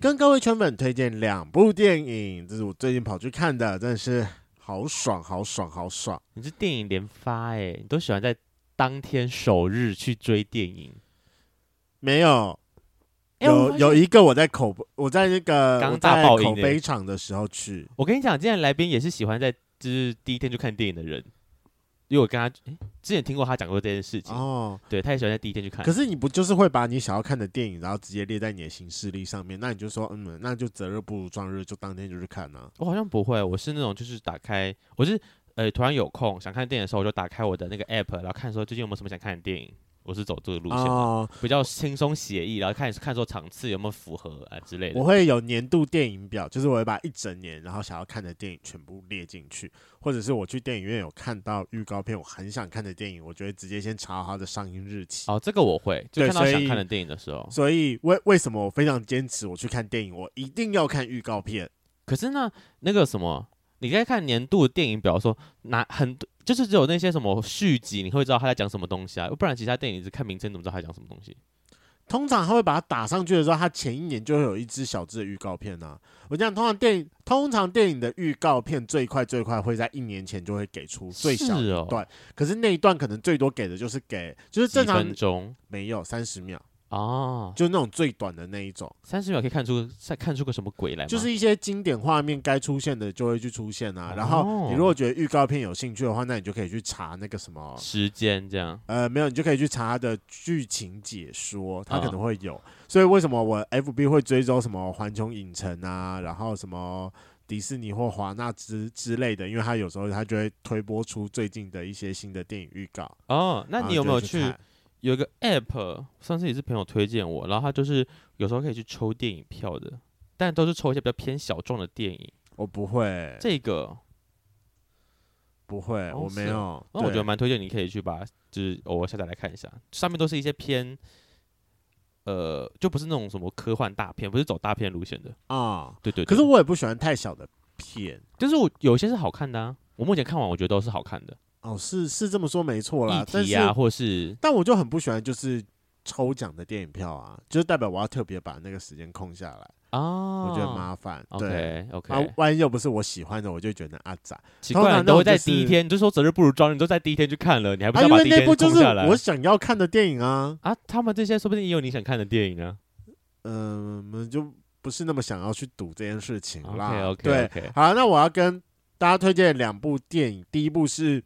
跟各位圈粉推荐2部电影，这是我最近跑去看的，真的是好爽好爽好爽。 你是电影连发你都喜欢在当天首日去追电影？ 没有，有一个我在那个刚大爆音口碑场的时候去。 我跟你讲，今天来宾也是喜欢在就是第一天就看电影的人，因为我跟他之前听过他讲过这件事情哦，对，他也喜欢在第一天去看。 可是你不就是会把你想要看的电影，然后直接列在你的行事历上面？那你就说那就择日不如撞日，就当天就去看啊。 我好像不会，我是那种就是打开，我是突然有空想看电影的时候，我就打开我的那个 app， 然后看说最近有没有什么想看的电影。我是走这个路线的，比较轻松写意，然后看说场次有没有符合啊之类的。 我会有年度电影表，就是我会把一整年然后想要看的电影全部列进去，或者是我去电影院有看到预告片，我很想看的电影，我就会直接先查好它的上映日期。 哦，这个我会，就看到想看的电影的时候。 所以为什么我非常坚持我去看电影，我一定要看预告片？ 可是那个什么，你在看年度的电影表的时候，就是只有那些什么续集，你会知道他在讲什么东西啊？不然其他电影只看名称，怎么知道他讲什么东西？ 通常他会把它打上去的时候，他前一年就会有一支小支的预告片啊。我讲通常电影的预告片最快会在1年前就会给出最小的一段，可是那一段可能最多给的就是就是正常几分钟， 没有30秒。 哦， 就那种最短的那一种 ，30秒可以看出个什么鬼来吗？ 就是一些经典画面该出现的就会去出现啊。然后你如果觉得预告片有兴趣的话，那你就可以去查那个什么时间这样。 没有，你就可以去查它的剧情解说，它可能会有。所以为什么我 FB 会追踪什么环球影城啊，然后什么迪士尼或华纳之类的，因为它有时候它就会推播出最近的一些新的电影预告。 哦，那你有没有去？有一个 app， 上次也是朋友推荐我，然后他就是有时候可以去抽电影票的，但都是抽一些比较偏小众的电影。 我不会， 这个不会，我没有。 那我觉得蛮推荐，你可以去就是偶尔下载来看一下，上面都是一些偏就不是那种什么科幻大片，不是走大片路线的啊。对。 可是我也不喜欢太小的片， 就是有些是好看的啊。我目前看完，我觉得都是好看的。 哦，是这么说没错啦， 议题啊，但我就很不喜欢就是抽奖的电影票啊，就是代表我要特别把那个时间空下来我觉得很麻烦。 对 ，OK， 万一又不是我喜欢的，我就觉得阿杂。 奇怪，你都会在第一天，你就说择日不如撞日，你都在第一天去看了，你还不要把第一天空下来？ 因为那部就是我想要看的电影啊！ 他们这些说不定也有你想看的电影啊。 就不是那么想要去赌这件事情啦。 OK， 对，好，那我要跟大家推荐2部电影，第一部是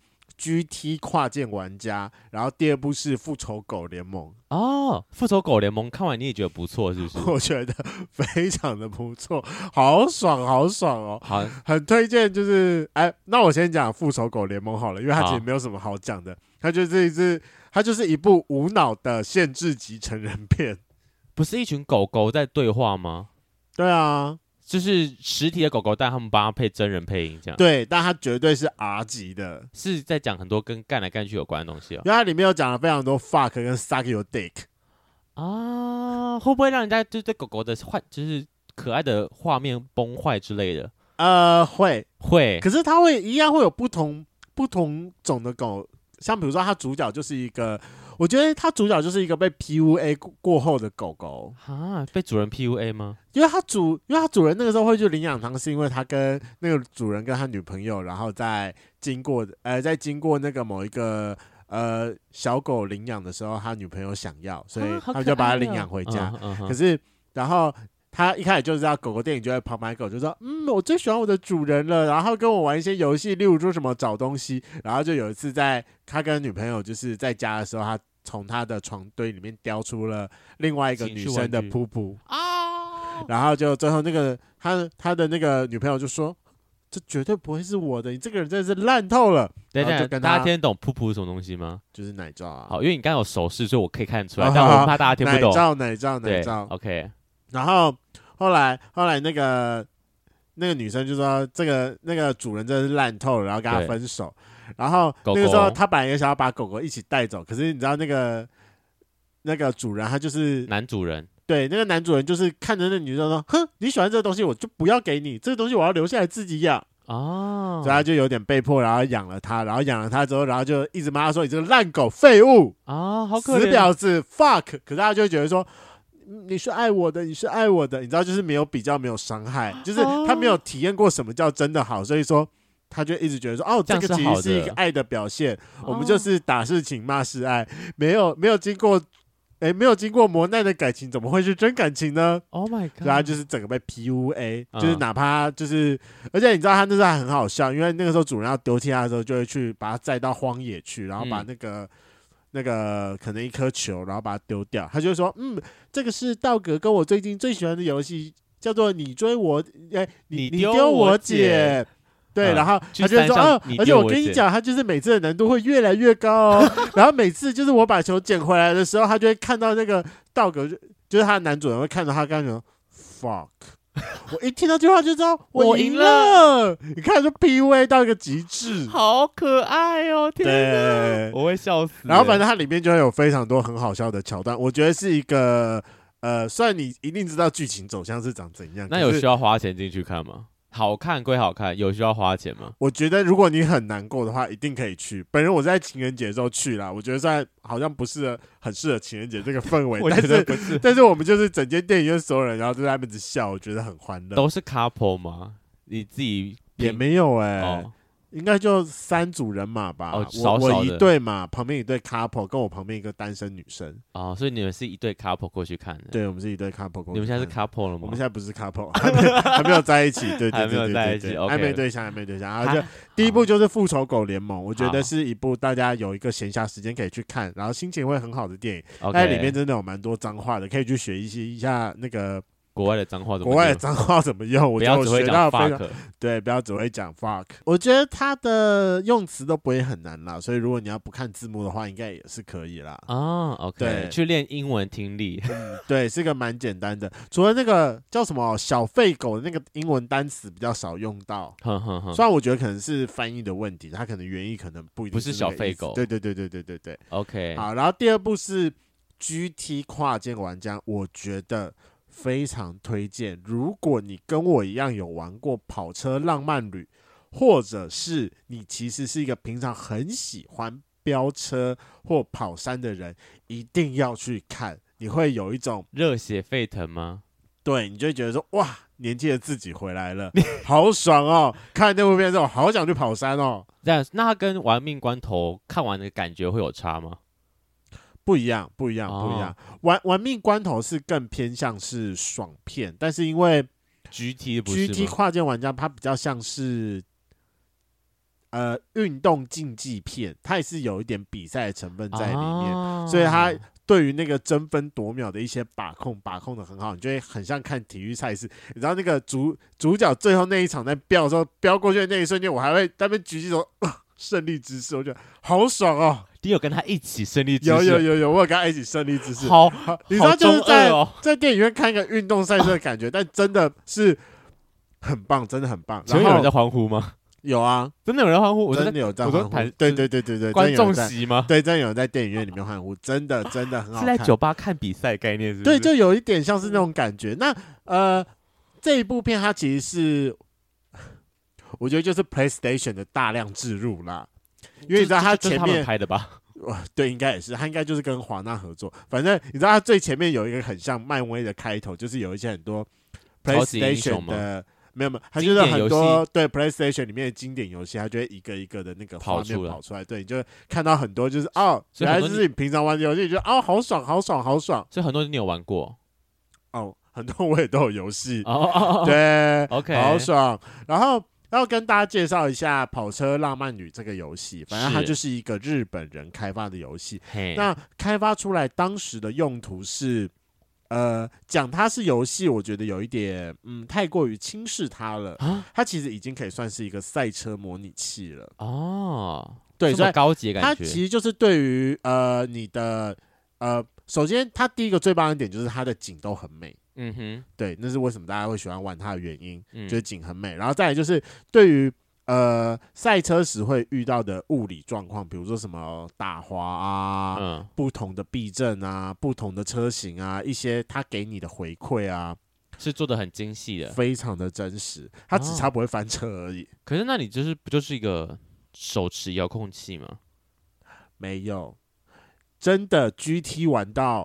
GT 跨界玩家，然后第2部是复仇狗联盟。 哦，复仇狗联盟看完你也觉得不错是不是？ 我觉得非常的不错，好爽哦！ 好， 很推荐。就是那我先讲复仇狗联盟好了，因为它其实没有什么好讲的，它就是一部无脑的限制级成人片。 不是一群狗狗在对话吗？ 对啊。 就是实体的狗狗，但他们帮他配真人配音这样。 对，但它绝对是 R 级的， 是在讲很多跟干来干去有关的东西哦。 因为它里面有讲了非常多 fuck 跟 suck your dick 啊，会不会让人家就对狗狗的就是可爱的画面崩坏之类的？ 会，可是它一样会有不同种的狗，像比如说它主角就是一个。我觉得他主角就是一个被 PUA 过后的狗狗啊，被主人 PUA 吗？ 因为他主人那个时候会去领养它，是因为他跟那个主人跟他女朋友，然后在经过那个某一个小狗领养的时候，他女朋友想要，所以他就把它领养回家。可是然后他一开始就知道狗狗电影就会旁白狗就说我最喜欢我的主人了，然后跟我玩一些游戏，例如说什么找东西，然后就有一次在他跟女朋友就是在家的时候，他从他的床堆里面叼出了另外一个女生的噗噗啊，然后就最后那个他的那个女朋友就说：“这绝对不会是我的，你这个人真的是烂透了。” 等一下，大家听得懂噗噗是什么东西吗？ 就是奶罩啊。 好，因为你刚刚有手势，所以我可以看得出来，但我怕大家听不懂。 奶罩。 OK。 然后后来那个女生就说那个主人真的是烂透了，然后跟他分手。然后那个时候他本来也想要把狗狗一起带走，可是你知道那个主人他就是男主人， 对，那个男主人就是看着那女生说：“哼，你喜欢这个东西，我就不要给你，这个东西我要留下来自己养。”哦，所以他就有点被迫，然后养了它，然后养了它之后，然后就一直骂他说：“你这个烂狗废物啊，好可怜，死婊子 fuck。”可是他就会觉得说。 你是爱我的，你是爱我的，你知道，就是没有比较，没有伤害，就是他没有体验过什么叫真的好，所以说他就一直觉得说，哦，这个其实是一个爱的表现，我们就是打是情，骂是爱，没有经过。没有经过磨难的感情，怎么会是真感情呢 ？Oh my god！ 然后就是整个被 PUA，就是哪怕就是，而且你知道他那时候还很好笑，因为那个时候主人要丢弃他的时候，就会去把他载到荒野去，然后把那个可能一颗球，然后把它丢掉。他就说，这个是道格跟我最近最喜欢的游戏，叫做你追我，你丢我捡。对，然后他就说，而且我跟你讲，他就是每次的难度会越来越高哦。然后每次就是我把球捡回来的时候，他就会看到那个道格，就是他的男主人会看到他，刚刚说 fuck。我一听到这句话就知道我赢了，你看就 PUA 到一个极致， 好可爱哦！天哪，我会笑死。 然后反正它里面就会有非常多很好笑的桥段，我觉得是一个虽然你一定知道剧情走向是长怎样， 那有需要花钱进去看吗？好看归好看，有需要花钱吗？ 我觉得如果你很难过的话，一定可以去。本人我在情人节的时候去啦，我觉得虽然好像不是很适合情人节这个氛围，但是我们就是整间电影院所有人，然后就在那边一直笑，我觉得很欢乐。 都是 couple 吗？你自己也没有应该就3组人马吧，我一对嘛，旁边一对 couple， 跟我旁边一个单身女生。 所以你们是一对 couple 过去看的？ 对，我们是一对 couple 过去看。 你们现在是 couple 了吗？ 我们现在不是 couple， 还没有在一起，对， 还没有在一起， 暧昧对象。然后就第一部就是《复仇狗联盟》，我觉得是一部大家有一个闲暇时间可以去看，然后心情会很好的电影。但里面真的有蛮多脏话的，可以去学一下那个。 国外的脏话怎么用？我觉得我学到非常对，不要只会讲 fuck。我觉得他的用词都不会很难啦，所以如果你要不看字幕的话，应该也是可以啦。 OK， 对，去练英文听力。 对，是个蛮简单的。除了那个叫什么小废狗的那个英文单词比较少用到，虽然我觉得可能是翻译的问题，它可能原意可能不一定不是小废狗。 对。 OK， 好，然后第二部是 GT 跨界玩家，我觉得。非常推荐，如果你跟我一样有玩过跑车浪漫旅，或者是你其实是一个平常很喜欢飙车或跑山的人，一定要去看，你会有一种热血沸腾吗？ 对，你就会觉得说哇，年轻的自己回来了，好爽哦！看那部片之后，好想去跑山哦。 那它跟玩命关头看完的感觉会有差吗？ 不一样。玩命关头是更偏向是爽片，但是因为 GT 跨界玩家，它比较像是运动竞技片，它也是有一点比赛的成分在里面，所以它对于那个争分夺秒的一些把控的很好，你就会很像看体育赛事。你知道那个主角最后那一场在飙的时候，飙过去的那一瞬间，我还会在那边举起手。胜利之势，我觉得好爽哦！ 你有跟他一起胜利之势？ 有，我有跟他一起胜利之势。 好， 你知道就是在电影院看一个运动赛事的感觉，但真的是很棒，真的很棒。 然后有人在欢呼吗？ 有啊， 真的有人欢呼， 真的有在欢呼。对， 观众席吗？ 对，真的有人在电影院里面欢呼，真的很好看。 是在酒吧看比赛概念是不是？ 对，就有一点像是那种感觉。那这一部片它其实是。我觉得就是 PlayStation 的大量置入啦，因为你知道它前面他们拍的吧？ 对，应该也是，他应该就是跟华纳合作。反正你知道，它最前面有一个很像漫威的开头，就是有一些很多 PlayStation 的，没有，它就是很多对 PlayStation 里面的经典游戏，它就会一个一个的那个画面跑出来，对，你就看到很多就是原来就是你平常玩的游戏，你觉得好爽。 所以很多你有玩过很多我也都有游戏对 ，OK， 好爽，然后跟大家介绍一下《跑车浪漫旅》这个游戏，反正它就是一个日本人开发的游戏。那开发出来当时的用途是，讲它是游戏，我觉得有一点太过于轻视它了。它其实已经可以算是一个赛车模拟器了。对， 这么高级的感觉。它其实就是对于你的首先它第一个最棒的点就是它的景都很美。对，那是为什么大家会喜欢玩它的原因，就是景很美。然后再来就是对于赛车时会遇到的物理状况，比如说什么打滑啊，不同的避震啊，不同的车型啊，一些它给你的回馈啊， 是做的很精细的， 非常的真实。它只差不会翻车而已。 可是那你不就是一个手持遥控器吗？ 没有，真的 GT 玩到。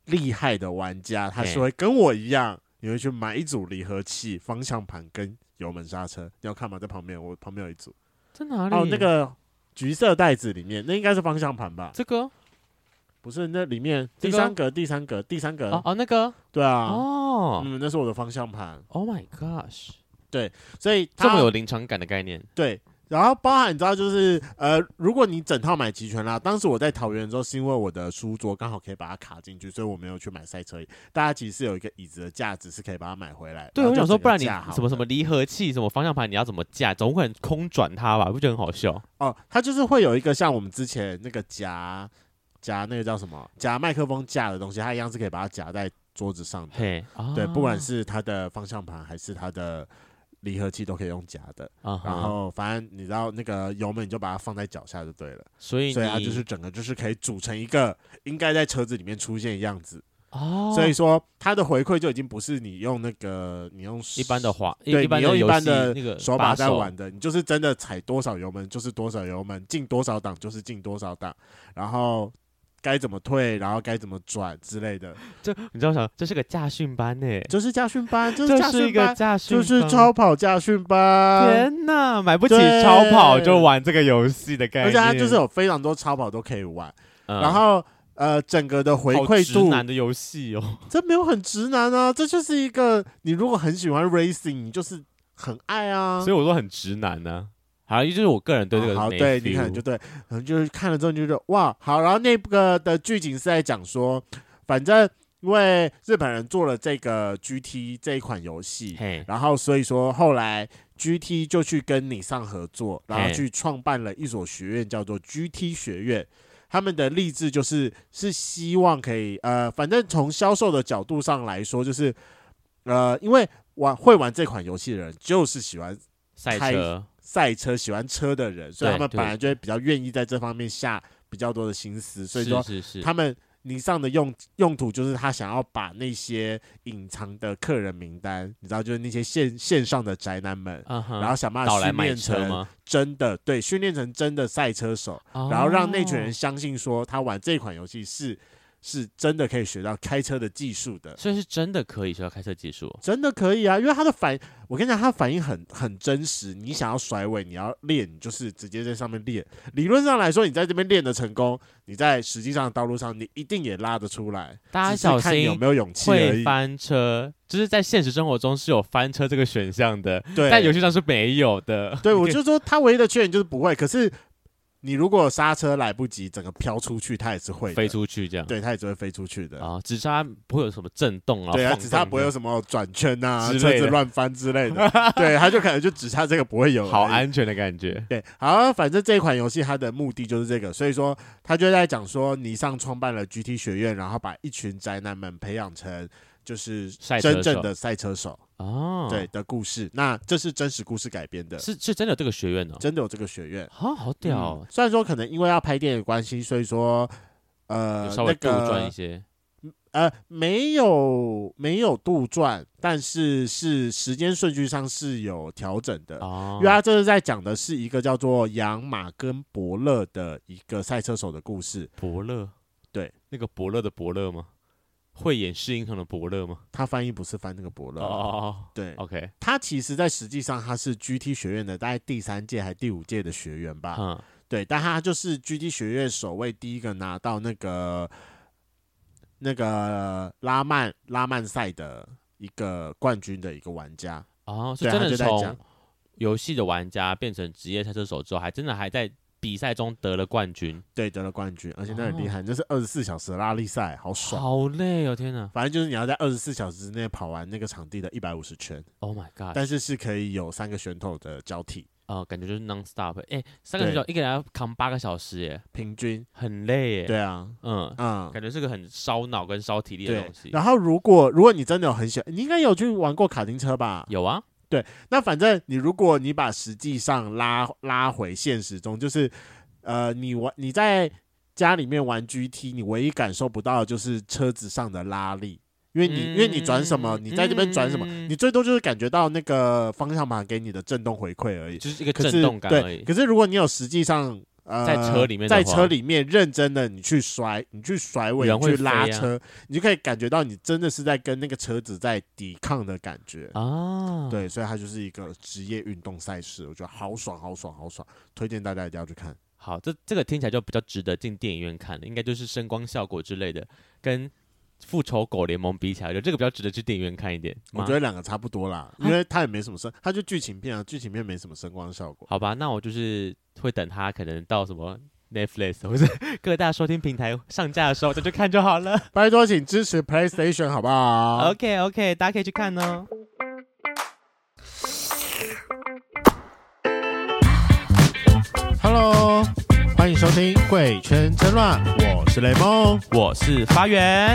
厉害的玩家，他是会跟我一样，你会去买一组离合器、方向盘跟油门刹车。你要看吗？在旁边，我旁边有一组。 在哪里？ 哦，那个橘色袋子里面，那应该是方向盘吧？ 这个不是，那里面第三格。 哦，那个。 对啊。 哦。 那是我的方向盘。 Oh my gosh。 对，所以这么有临场感的概念。 对。然后包含你知道就是如果你整套买齐全啦，当时我在桃园的时候是因为我的书桌刚好可以把它卡进去，所以我没有去买赛车椅。大家其实是有一个椅子的架子是可以把它买回来。 对，我想说不然你什么离合器什么方向盘你要怎么架，总不可能空转它吧？不觉得很好笑？ 哦，它就是会有一个像我们之前那个夹那个叫什么夹麦克风架的东西，它一样是可以把它夹在桌子上的。对，不管是它的方向盘还是它的离合器都可以用夹的。然后反正你知道那个油门你就把它放在脚下就对了。所以它就是整个就是可以组成一个应该在车子里面出现的样子。所以说它的回馈就已经不是你用一般的对，你用一般的那个手把在玩的，你就是真的踩多少油门就是多少油门，进多少档就是进多少档，然后该怎么退，然后该怎么转之类的。 你知道什么？这是个驾训班呢， 就是驾训班， 这是一个驾训班， 就是超跑驾训班。 天哪，买不起超跑就玩这个游戏的概念， 而且它就是有非常多超跑都可以玩。然后整个的回馈度， 好直男的游戏哦， 这没有很直男啊，这就是一个你如果很喜欢 racing， 你就是很爱啊。 所以我说很直男呢。好，就是我个人对这个好，对你可能就对，可能就是看了之后你就觉得哇，好。然后那个的剧情是在讲说，反正因为日本人做了这个 GT 这一款游戏，然后所以说后来 GT 就去跟你上合作，然后去创办了一所学院，叫做 GT 学院。他们的励志是希望可以反正从销售的角度上来说，就是因为会玩这款游戏的人就是喜欢赛车喜欢车的人，所以他们本来就会比较愿意在这方面下比较多的心思。所以说他们尼桑的用途就是他想要把那些隐藏的客人名单，你知道，就是那些线上的宅男们，然后想办法训练成训练成真的赛车手，然后让那群人相信说他玩这款游戏是真的可以学到开车的技术的。 所以是真的可以学到开车技术？ 真的可以啊，因为他的我跟你讲，他的反应很真实。你想要甩尾，你要练，你就是直接在上面练。理论上来说，你在这边练的成功，你在实际上的道路上，你一定也拉得出来。 大家小心， 看你有没有勇气而已。 会翻车，就是在现实生活中是有翻车这个选项的， 对， 在游戏上是没有的。 对，我就说他唯一的缺点就是不会，可是你如果刹车来不及，整个飘出去，它也是会飞出去这样。 对，它也是会飞出去的只是它不会有什么震动啊， 对啊，只是它不会有什么转圈啊、车子乱翻之类的。对，它就可能就只差这个不会有， 好安全的感觉。 对，好，反正这一款游戏它的目的就是这个，所以说他就在讲说，尼桑创办了 GT 学院，然后把一群宅男们培养成就是真正的赛车手。对的故事，那这是真实故事改编的， 是真的有这个学院哦， 真的有这个学院， 好屌哦。 虽然说可能因为要拍电影的关系，所以说稍微杜撰一些， 没有杜撰，但是时间顺序上是有调整的。因为他这是在讲的是一个叫做杨马跟伯乐的一个赛车手的故事。 伯乐， 对， 那个伯乐的伯乐吗？会演试音场的伯乐吗？ 他翻译不是翻那个伯乐对 ，OK。 他其实在实际上他是 GT 学院的大概第3届还第5届的学员吧。对，但他就是 GT 学院首位第一个拿到那个拉曼赛的一个冠军的一个玩家。 所以真的从游戏的玩家变成职业赛车手之后，还真的还在比赛中得了冠军。 对，得了冠军，而且那很厉害，就是24小时的拉力赛，好爽， 好累哦，天哪！ 反正就是你要在24小时之内跑完那个场地的150圈。 Oh my god！ 但是可以有3个选手的交替。 感觉就是 non stop。3个选手一个人要扛8个小时耶， 平均很累耶。 对啊， 感觉是个很烧脑跟烧体力的东西。 然后如果你真的有很喜欢，你应该有去玩过卡丁车吧？ 有啊。 对，那反正如果你把实际上拉回现实中，就是你在家里面玩 GT， 你唯一感受不到的就是车子上的拉力，因为你转什么，你在这边转什么，你最多就是感觉到那个方向盘给你的震动回馈而已， 就是一个震动感而已。 可是如果你有实际上在车里面在车里面认真的你去甩尾，你去拉车，你就可以感觉到你真的是在跟那个车子在抵抗的感觉啊。对，所以它就是一个职业运动赛事，我觉得好爽，推荐大家一定要去看。 好，这个听起来就比较值得进电影院看的，应该就是声光效果之类的，跟复仇狗联盟比起来，就这个比较值得去电影院看一点。 我觉得两个差不多啦，因为它也没什么它就剧情片啊，剧情片没什么声光效果。 好吧，那我就是会等它可能到什么 Netflix 或者各大收听平台上架的时候再去看就好了。 拜托，请支持 PlayStation 好不好 ？OK， 大家可以去看哦。 Hello， 欢迎收听《贵圈争乱》，我是雷梦， 我是发源。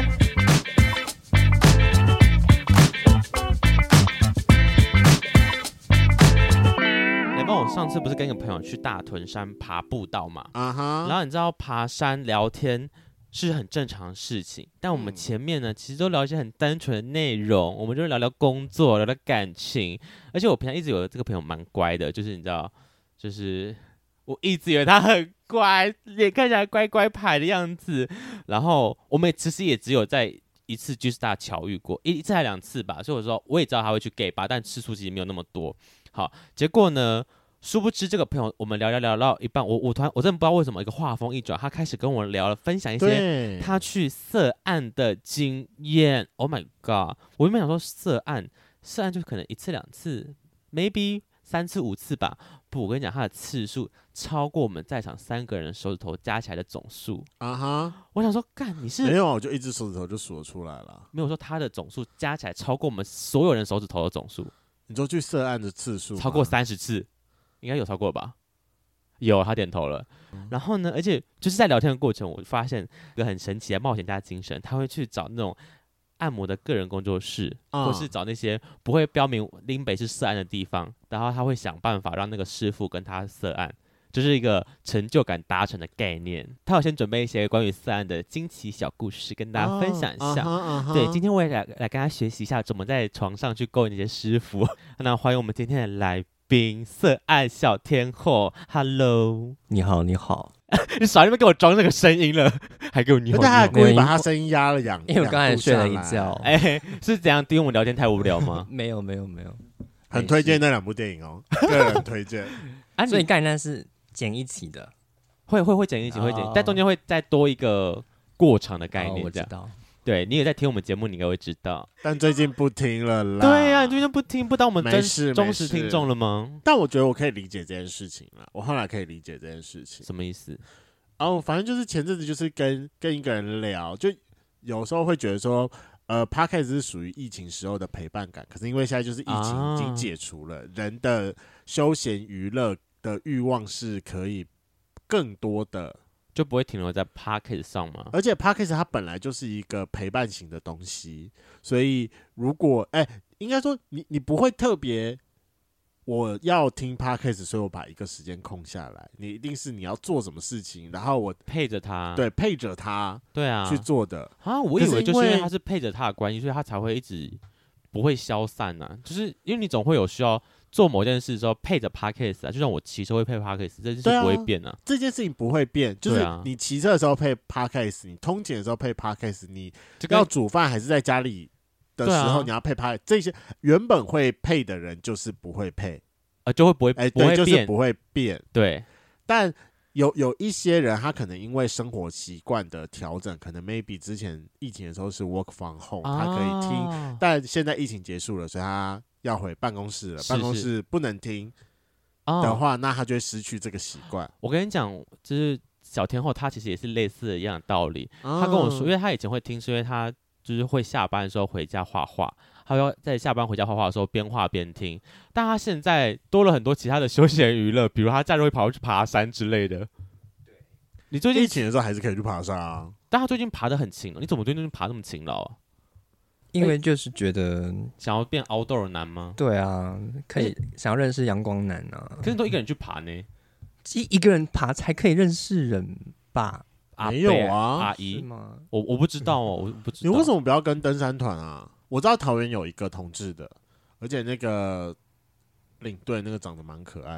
雷梦，我上次不是跟一个朋友去大屯山爬步道嘛？然后你知道爬山聊天是很正常的事情，但我们前面呢，其实都聊一些很单纯的内容，我们就聊聊工作，聊聊感情。而且我平常一直有这个朋友蛮乖的，就是你知道，就是我一直以为他很乖，脸看起来乖乖牌的样子。然后我们其实也只有在一次 G Star 巧遇过，一次还2次吧。所以我说我也知道他会去 gay 吧，但次数其实没有那么多。好，结果呢，殊不知这个朋友我们聊到一半，我真的不知道为什么一个话锋一转，他开始跟我聊了，分享一些他去涉案的经验。Oh my god！ 我原本想说涉案就可能1次2次 ，maybe 3次5次吧。不，我跟你讲，他的次数超过我们在场3个人手指头加起来的总数。我想说，干你是没有，我就一只手指头就数得出来了。 没有说他的总数加起来超过我们所有人手指头的总数。 你说去涉案的次数超过30次，应该有超过吧？有，他点头了。然后呢，而且就是在聊天的过程，我发现一个很神奇的冒险家精神，他会去找那种按摩的个人工作室，或是找那些不会标明林北是涉案的地方，然后他会想办法让那个师傅跟他涉案，就是一个成就感达成的概念。他有先准备一些关于涉案的惊奇小故事跟大家分享一下。对，今天我也来跟他学习一下怎么在床上去勾引那些师傅。那欢迎我们今天的来宾，涉案小天后 ，Hello， 你好，你好。 你少在那边给我装那个声音了，还给我你好， 他还故意把他声音压了因为我刚才睡了一觉。 是怎样？因为我们聊天太无聊吗？ 没有， 很推荐那2部电影哦，个人推荐。 所以刚才那是剪一起的， 会剪一起，但中间会再多一个过场的概念。 我知道。 对，你也在听我们节目，你应该会知道。 但最近不听了啦。 对呀，你最近不听，不当我们忠实听众了吗？ 但我觉得我可以理解这件事情了。我后来可以理解这件事情。 什么意思？ 反正就是前阵子就是跟一个人聊，就有时候会觉得说，Podcast 是属于疫情时候的陪伴感，可是因为现在就是疫情已经解除了，人的休闲娱乐的欲望是可以更多的。 就不会停留在 Podcast 上吗？ 而且 Podcast 它本来就是一个陪伴型的东西，所以如果应该说你不会特别我要听 Podcast， 所以我把一个时间空下来。你一定是你要做什么事情，然后我配着他， 对，配着他， 对啊， 去做的啊。我以为就是因为他是配着他的关系，所以他才会一直不会消散啊。就是因为你总会有需要做某件事的时候配着 podcast 啊，就像我骑车会配 podcast， 这件事不会变啊。 这件事情不会变，就是你骑车的时候配 podcast， 你通勤的时候配 podcast， 你要煮饭还是在家里的时候你要配 podcast， 这些原本会配的人就是不会配， 就会不会变， 就是不会变。 对， 但有一些人他可能因为生活习惯的调整，可能 maybe 之前疫情的时候是 work from home，他可以听，但现在疫情结束了，所以他要回办公室了，办公室不能听的话，那他就会失去这个习惯。 我跟你讲，就是小天后，他其实也是类似的一样的道理。他跟我说，因为他以前会听，是因为他就是会下班的时候回家画画，他要在下班回家画画的时候边画边听。但他现在多了很多其他的休闲娱乐，比如他假日会跑去爬山之类的。对，你最近疫情的时候还是可以去爬山啊。 但他最近爬得很勤劳，你怎么最近爬那么勤劳啊？ 因为就是觉得想要变 outdoor 男吗？ 对啊，可以想要认识阳光男啊。 可是你都一个人去爬呢？ 一个人爬才可以认识人吧？ 没有啊， 阿姨吗？ 我不知道哦，我不知道。 你为什么不要跟登山团啊？我知道桃园有一个同志的，而且那个领队那个长得蛮可爱的。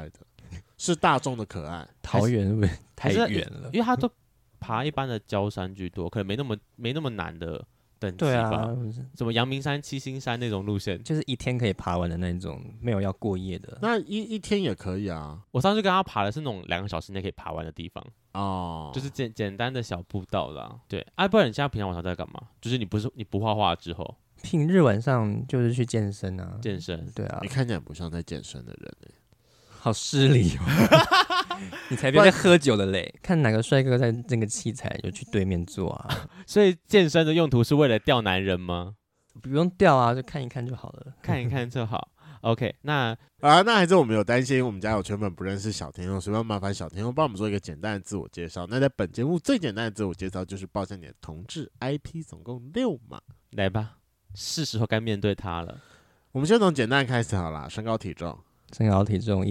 是大众的可爱。 桃园会不会太远了？ 因为他都爬一般的郊山居多，可能没那么难的等级对吧。 啊， 什么阳明山、七星山那种路线， 就是一天可以爬完的那种，没有要过夜的。 那一天也可以啊。 我上次跟他爬的是那种2个小时内可以爬完的地方。 哦， 就是简单的小步道啦。对，不然你现在平常晚上在干嘛？就是你不画画之后， 平日晚上就是去健身啊， 健身。 对啊你，看起来不像在健身的人好失礼哦。你才不要再喝酒了嘞！看哪个帅哥在那个器材就去对面坐啊。 所以健身的用途是为了钓男人吗？ 不用钓啊，就看一看就好了。 看一看就好。OK， 那还是我们有担心我们家有全本不认识小天佑，所以要麻烦小天佑帮我们做一个简单的自我介绍。那在本节目最简单的自我介绍就是报下你的同志 IP， 总共6码。 来吧，是时候该面对他了。 我们先从简单开始好啦，身高体重。 身高体重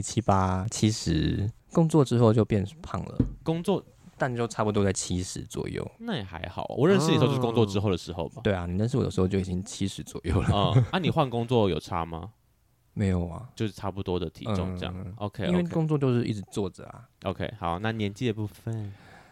178、70，工作之后就变胖了。 工作但就差不多在70左右。 那也还好，我认识你的时候就是工作之后的时候吧。 对啊，你认识我的时候就已经70左右了。 你换工作有差吗？ 没有啊， 就是差不多的体重这样。OK， 因为工作就是一直坐着啊。 OK， 好，那年纪的部分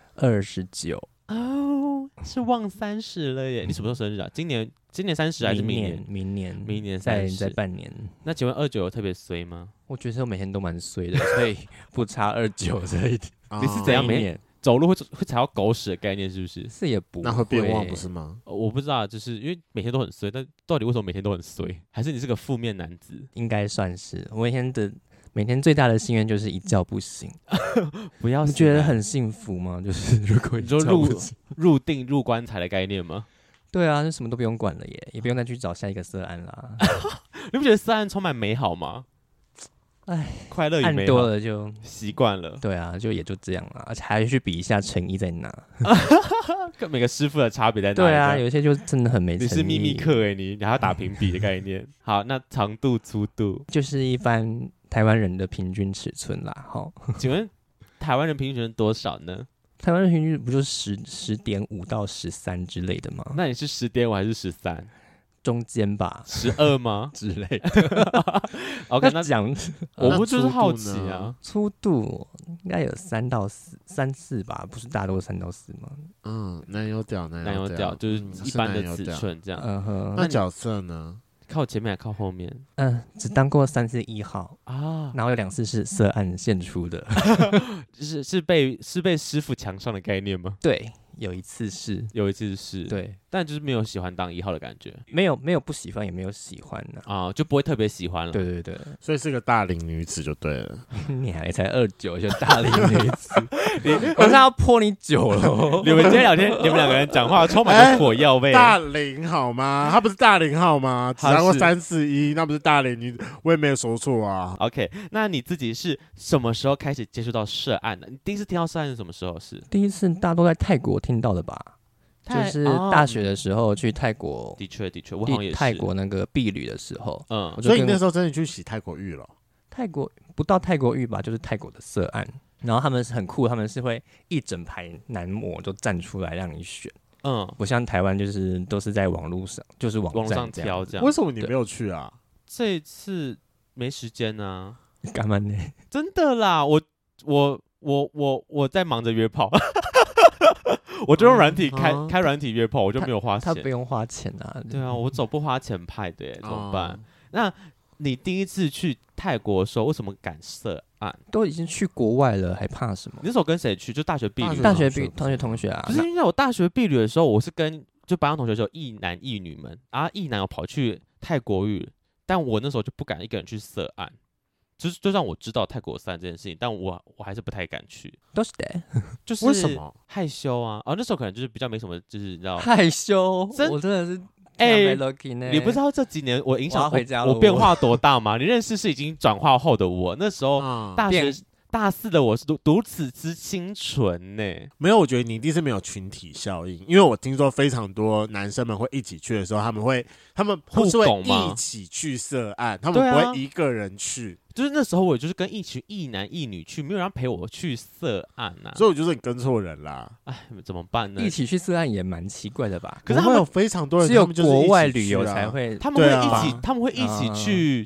，29。 哦，是望30了耶！你什么时候生日啊？今年30还是明年？ 明年再半年。 那请问29有特别衰吗？ 我觉得我每天都蛮衰的，所以不差29这一点。 你是怎样每天走路会踩到狗屎的概念是不是？ 是也不会， 那会变旺不是吗？ 我不知道，就是因为每天都很衰，但到底为什么每天都很衰？还是你是个负面男子？ 应该算是。我每天最大的心愿就是一觉不醒。 不要， 你觉得很幸福吗？就是如果你说入棺材的概念吗？ 对啊，就什么都不用管了耶，也不用再去找下一个色案啦。 你不觉得色案充满美好吗？ 哎， 快乐与美好， 按多了就习惯了。 对啊，就也就这样了，而且还去比一下诚意在哪。 每个师傅的差别在哪里？ 对啊，有一些就真的很没诚意。 你是秘密客你还要打评比的概念。好，那长度、粗度就是一般台湾人的平均尺寸啦。齁， 请问台湾人平均尺寸多少呢？ 台湾人平均不就10.5到13之类的吗？ 那你是10.5还是13？ 中间吧 ，12吗之类的。 OK， 那讲我不就是好奇啊， 粗度应该有3到4吧，不是大多3到4吗？ 男友屌， 就是一般的尺寸这样。 那角色呢？ 靠前面还靠后面？ 只当过3次1号啊， 然后有2次是色案献出的。 是被师傅强上的概念吗？ 对。有一次是，对， 但就是没有喜欢当1号的感觉， 没有不喜欢，也没有喜欢啊，就不会特别喜欢了。 对， 所以是个大龄女子就对了。 你还才29就大龄女子，我是要泼你酒了。 你们今天聊天，你们2个人讲话充满着火药味。 大龄好吗？他不是大龄号吗？只拿过341，那不是大龄女，我也没有说错啊。 OK， 那你自己是什么时候开始接触到涉案的？你第一次听到涉案是什么时候？是第一次大家都在泰国听到的吧？就是大学的时候去泰国， 的确，我好像也是泰国那个避旅的时候， 所以你那时候真的去洗泰国浴了？ 泰国不到泰国浴吧，就是泰国的色案。然后他们是很酷，他们是会一整排男模都站出来让你选，不像台湾就是都是在网络上，就是网上挑这样。 为什么你没有去啊？ 这一次没时间啊。 干嘛呢？ 真的啦，我在忙着约炮。我就用软体开软体约炮，我就没有花钱。 他不用花钱啊。 对啊，我走不花钱派的耶，怎么办？那你第一次去泰国的时候，为什么敢涉案？ 都已经去国外了，还怕什么？ 你那时候跟谁去？就大学毕旅。 大学同学啊。 不是因为我大学毕旅的时候，我是跟就班上同学就一男一女们，一男有跑去泰国语，但我那时候就不敢一个人去涉案。就算我知道泰国3这件事情，但我还是不太敢去。 都是的， 就是为什么害羞啊？那时候可能就是比较没什么，就是你知道害羞。我真的是你不知道这几年我影响我变化多大吗？你认识是已经转化后的我，那时候大学大4的我是如此之清纯呢。 没有，我觉得你一定是没有群体效应，因为我听说非常多男生们会一起去的时候，他们不是会一起去涉案，他们不会一个人去。 就是那时候我就是跟一群一男一女去，没有人陪我去涉案啊， 所以我就说你跟错人啦。 哎， 怎么办呢？ 一起去涉案也蛮奇怪的吧？ 可是他们有非常多人， 只有国外旅游才会， 他们会一起去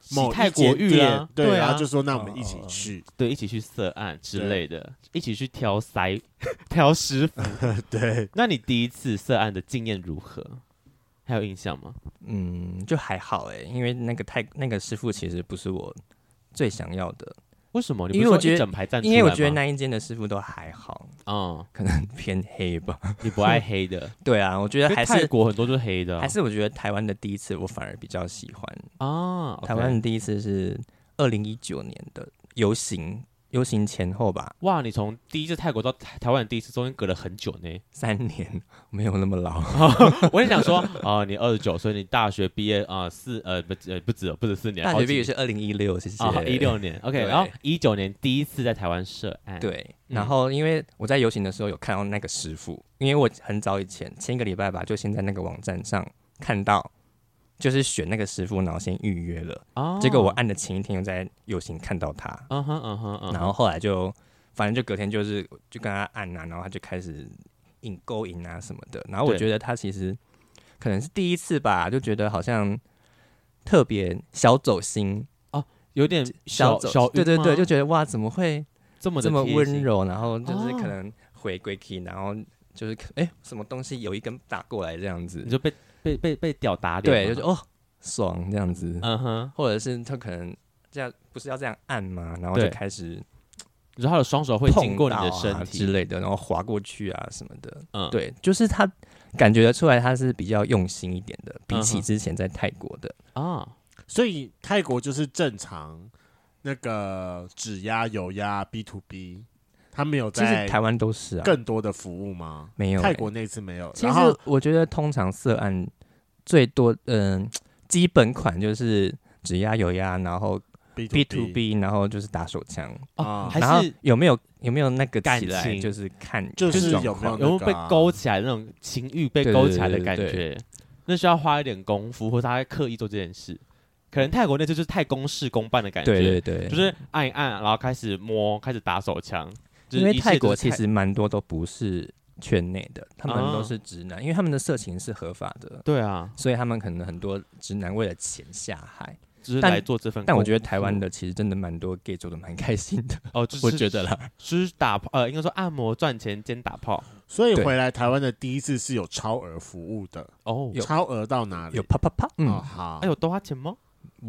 某泰国浴啊， 对， 然后就说那我们一起去， 对，一起去色案之类的，一起去挑挑师傅。 对， 那你第一次色案的经验如何？还有印象吗？ 就还好因为那个师傅其实不是我最想要的。 为什么？因为我觉得整排站出来吗？ 因为我觉得那一间的师傅都还好，可能偏黑吧。 你不爱黑的？ 对啊，我觉得还是泰国很多都是黑的， 还是我觉得台湾的第一次我反而比较喜欢啊。 台湾的第一次是2019年的游行前后吧。 哇，你从第一次泰国到台湾的第一次中间隔了很久呢 ，3年，没有那么老。 我也想说，你29岁，你大学毕业不止4年， 大学毕业是2016，谢谢。 16年 ，OK， 然后19年第一次在台湾涉案， 对。然后因为我在游行的时候有看到那个师傅，因为我很早以前前一个礼拜吧，就先在那个网站上看到。就是选那个师傅，然后先预约了。结果我按的前一天又在游行看到他。然后后来反正就隔天就跟他按啊，然后他就开始勾引啊什么的。然后我觉得他其实可能是第一次吧，就觉得好像特别小走心有点小对对对，就觉得哇，怎么会这么温柔？然后就是可能回归 key，然后就是什么东西有一根打过来这样子， 你就被屌打脸， 对，就爽这样子，或者是他可能这样不是要这样按吗？然后就开始， 然后他的双手会经过你的身体之类的，然后滑过去啊什么的，对，就是他感觉得出来他是比较用心一点的，比起之前在泰国的所以泰国就是正常那个指压、油压、B to B。他没有在， 其实台湾都是更多的服务吗？ 没有， 泰国那次没有。 其实我觉得通常色案最多，基本款就是指压、油压，然后 B to B， 然后就是打手枪还是有没有那个起来，就是看就是有没有被勾起来那种情欲被勾起来的感觉，那需要花一点功夫，或者他会刻意做这件事。可能泰国那次就是太公事公办的感觉， 对对对， 就是按一按，然后开始摸，开始打手枪。 因为泰国其实蛮多都不是圈内的，他们都是直男，因为他们的色情是合法的， 对啊， 所以他们可能很多直男为了钱下海， 就是来做这份工作。 但我觉得台湾的其实真的蛮多 gay 做的蛮开心的就是我觉得啦， 就是应该说按摩赚钱兼打炮。 所以回来台湾的第一次是有超额服务的超额到哪里？ 有啪啪啪， 好， 有多花钱吗？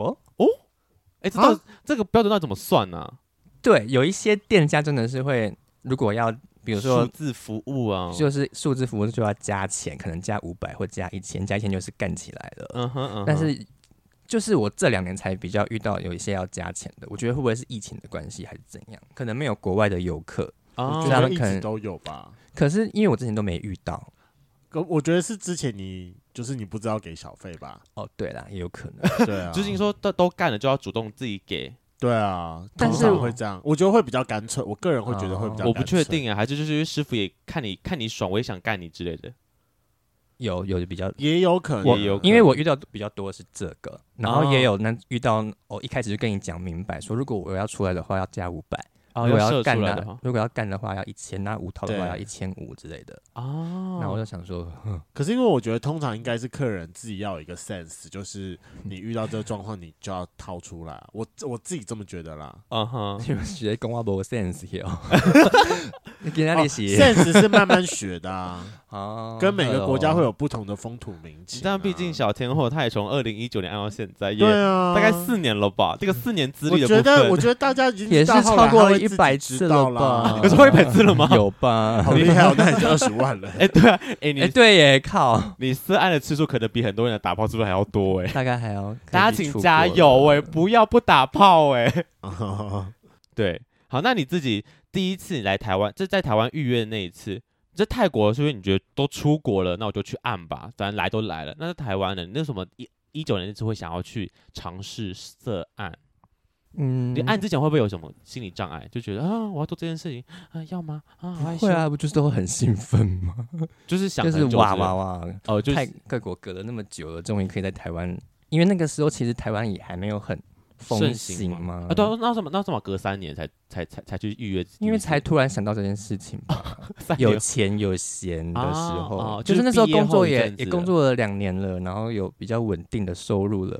这个标准到底怎么算呢？ 对，有一些店家真的是会，如果要比如说数字服务啊， 就是数字服务就要加钱，可能加500或加1000，加1000就是干起来了。但是就是我这2年才比较遇到有一些要加钱的，我觉得会不会是疫情的关系还是怎样？可能没有国外的游客， 我觉得一直都有吧。 可是因为我之前都没遇到， 我觉得是之前你不知道给小费吧？ 对啦，也有可能。 对啊， 就是你说都干了就要主动自己给。 对啊，但是会这样，我觉得会比较干脆。我个人会觉得会比较干脆。 我不确定还是就是师傅也看你爽，我也想干你之类的。 有的比较也有可能， 因为我遇到比较多是这个，然后也有遇到一开始就跟你讲明白说，如果我要出来的话要加500。如果要干的话要1000，那无套的话要1500之类的然后我就想说， 可是因为我觉得通常应该是客人自己要有一个 sense， 就是你遇到这个状况，你就要掏出来。我自己这么觉得啦。 你们学讲话没 sense 你给那里写 sense 是慢慢学的跟每个国家会有不同的风土民情。 但毕竟小天后他也从2019年按到现在， 对啊， 大概4年了吧。这个4年资历的部分，我觉得大家已经也是超过了100次了吧？ 有超过100次了吗？ 有吧？ 好厉害，那已经20万了。 对啊， 对耶，靠！ 你色按的次数可能比很多人的打炮次数还要多大概还要。 大家请加油不要不打炮对，好，那你自己第一次你来台湾，这在台湾预约的那一次，在泰国是因为你觉得都出国了，那我就去按吧，反正来都来了。那在台湾呢，你那什么19年那次会想要去尝试色按？你按之前会不会有什么心理障碍？就觉得我要做这件事情要吗？ 会啊，不就是都很兴奋吗？ 就是想就是哇就是各国隔了那么久了，终于可以在台湾，因为那个时候其实台湾也还没有很风行嘛。 对，那怎么隔3年才去预约？ 因为才突然想到这件事情吧。有钱有闲的时候， 就是那时候工作也工作了2年了，然后有比较稳定的收入了。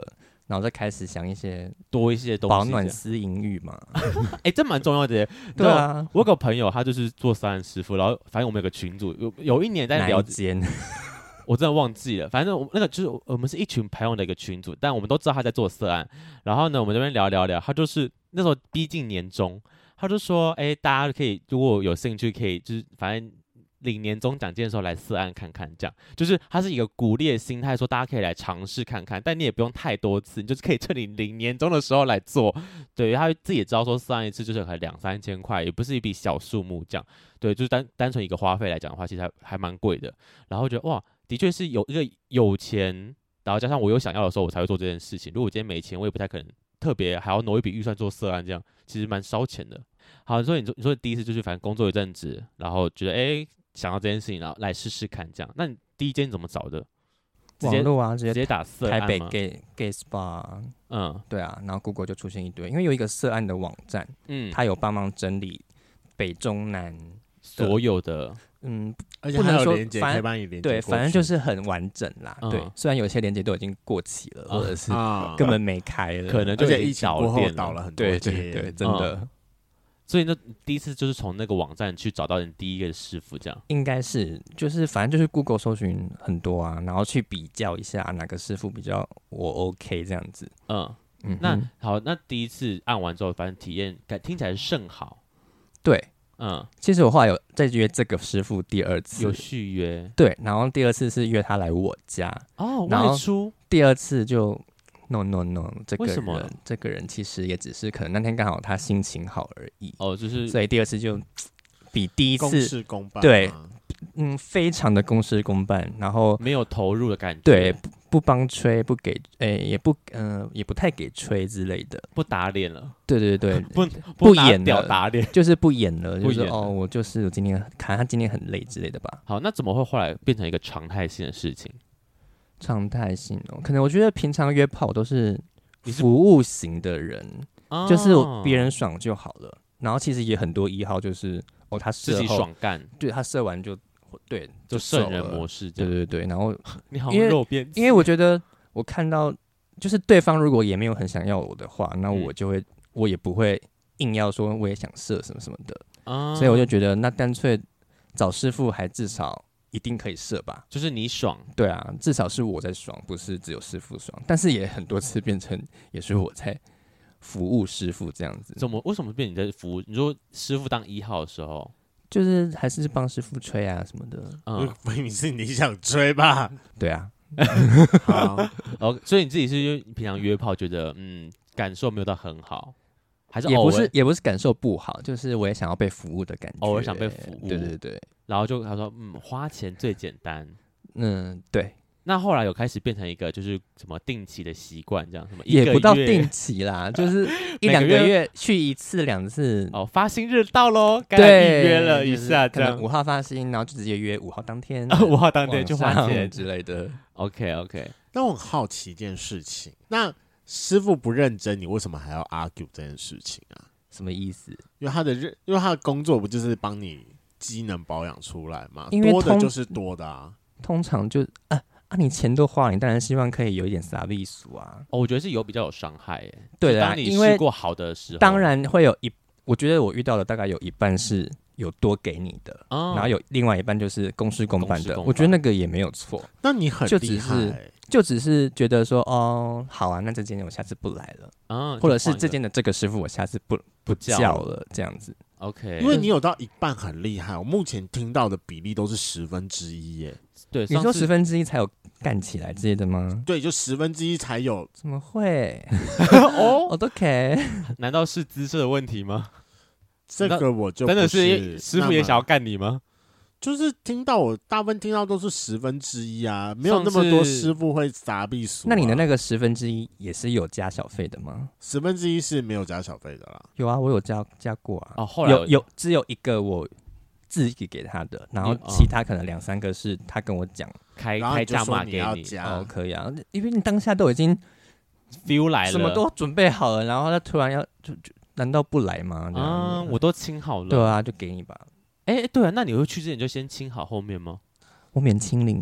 然后再开始想一些多一些东西， 保暖思淫欲嘛。 这蛮重要的耶。 对啊， 我有个朋友，他就是做色案师傅，然后反正我们有个群组，有一年在聊间， 我真的忘记了。反正那个就是我们是一群朋友的一个群组，但我们都知道他在做色案。然后呢，我们这边聊，他就是那时候逼近年终，他就说，大家可以如果有兴趣，可以就是反正领年终奖金的时候来色案看看，这样就是他是一个鼓励的心态，说大家可以来尝试看看，但你也不用太多次，你就是可以趁你领年终的时候来做。对，他自己也知道说色案一次就是可能2-3千块，也不是一笔小数目这样。对，就是单纯一个花费来讲的话，其实还蛮贵的。然后觉得哇，的确是有一个有钱，然后加上我有想要的时候，我才会做这件事情。如果我今天没钱，我也不太可能特别还要挪一笔预算做色案，这样其实蛮烧钱的。好，所以你说第一次就是反正工作一阵子，然后觉得想要这件事情，然后来试试看这样。那你第一间怎么找的？ 网络啊， 直接打色案吗？ 台北 gay spa， 对啊，然后 Google 就出现一堆，因为有一个色案的网站，它有帮忙整理北中南所有的， 而且还有连结可以帮你连结， 对，反正就是很完整啦。对，虽然有些连结都已经过期了，或者是根本没开了， 可能就疫情过后倒了很多间， 对，真的。 所以那第一次就是从那个网站去找到你第一个师傅，这样应该是就是反正就是 Google 搜寻很多啊，然后去比较一下哪个师傅比较我 OK 这样子。 那好，那第一次按完之后，反正体验听起来是甚好。 对，其实我后来有再约这个师傅第二次， 有续约。 对，然后第二次是约他来我家外出。 第二次就。No， 这个人其实也只是可能那天刚好他心情好而已。 就是所以第二次就比第一次公事公办。 对，非常的公事公办，然后没有投入的感觉。 对，不帮吹，不给，也不太给吹之类的， 不打脸了。 对， 不演了， 打脸就是不演了，就是我今天看他今天很累之类的吧。 好，那怎么会后来变成一个常态性的事情？ 常态性可能我觉得平常约炮都是服务型的人，就是别人爽就好了。然后其实也很多1号就是他射后自己爽干， 对他射完就圣人模式这样。 对，然后你好肉边， 因为我觉得我看到就是对方如果也没有很想要我的话，那我也不会硬要说我也想射什么什么的，所以我就觉得那干脆找师傅还至少。一定可以射吧， 就是你爽， 对啊，至少是我在爽，不是只有师傅爽。但是也很多次变成也是我在服务师傅这样子。 为什么变你在服务？你说师傅当1号的时候， 就是还是帮师傅吹啊什么的。 明明是你想吹吧？ 对啊。 好，所以你自己是因为平常约炮觉得感受没有到很好，还是也不是感受不好，就是我也想要被服务的感觉， 偶尔想被服务。 对。 然后他说花钱最简单。 对。 那后来有开始变成一个就是什么定期的习惯，这样什么也不到定期啦，就是1-2个月去1次2次。 发薪日到咯，该来预约了一下，这样 5号发薪，然后就直接约5号当天 ，5号当天就花钱之类的。 OK。 但我很好奇一件事情，那师傅不认真，你为什么还要 argue 这件事情啊？ 什么意思？ 因为他的工作不就是帮你机能保养出来吗？ 因为多的就是多的啊。 通常就你钱都花了，你当然希望可以有一点撒币俗啊。 我觉得是比较有伤害耶。 对的， 当你试过好的时候， 当然会有我觉得我遇到的大概有一半是有多给你的，然后有另外一半就是公事公办的。我觉得那个也没有错。 那你很厉害。 就只是觉得说好啊，那这间我下次不来了，或者是这间的这个师傅我下次不叫了，这样子。 OK， 因为你有到一半很厉害，我目前听到的比例都是1/10耶。 对， 你说1/10才有干起来之类的吗？ 对，就1/10才有。 怎么会？ 我都可以。 难道是姿色的问题吗？ 这个我就真的是师傅也想要干你吗？ 就是我大部分听到都是1/10啊，没有那么多师傅会撒币数。 那你的那个1/10也是有加小费的吗 ？1/10是没有加小费的啦。 有啊，我有加过啊。 后来只有一个我自己给他的，然后其他可能2-3个是他跟我讲开价码给你。 可以啊，因为你当下都已经 feel 来了， 什么都准备好了，然后他突然要就难道不来吗？ 我都清好了。 对啊，就给你吧。 对啊，那你会去之前就先清好后面吗？ 我免清零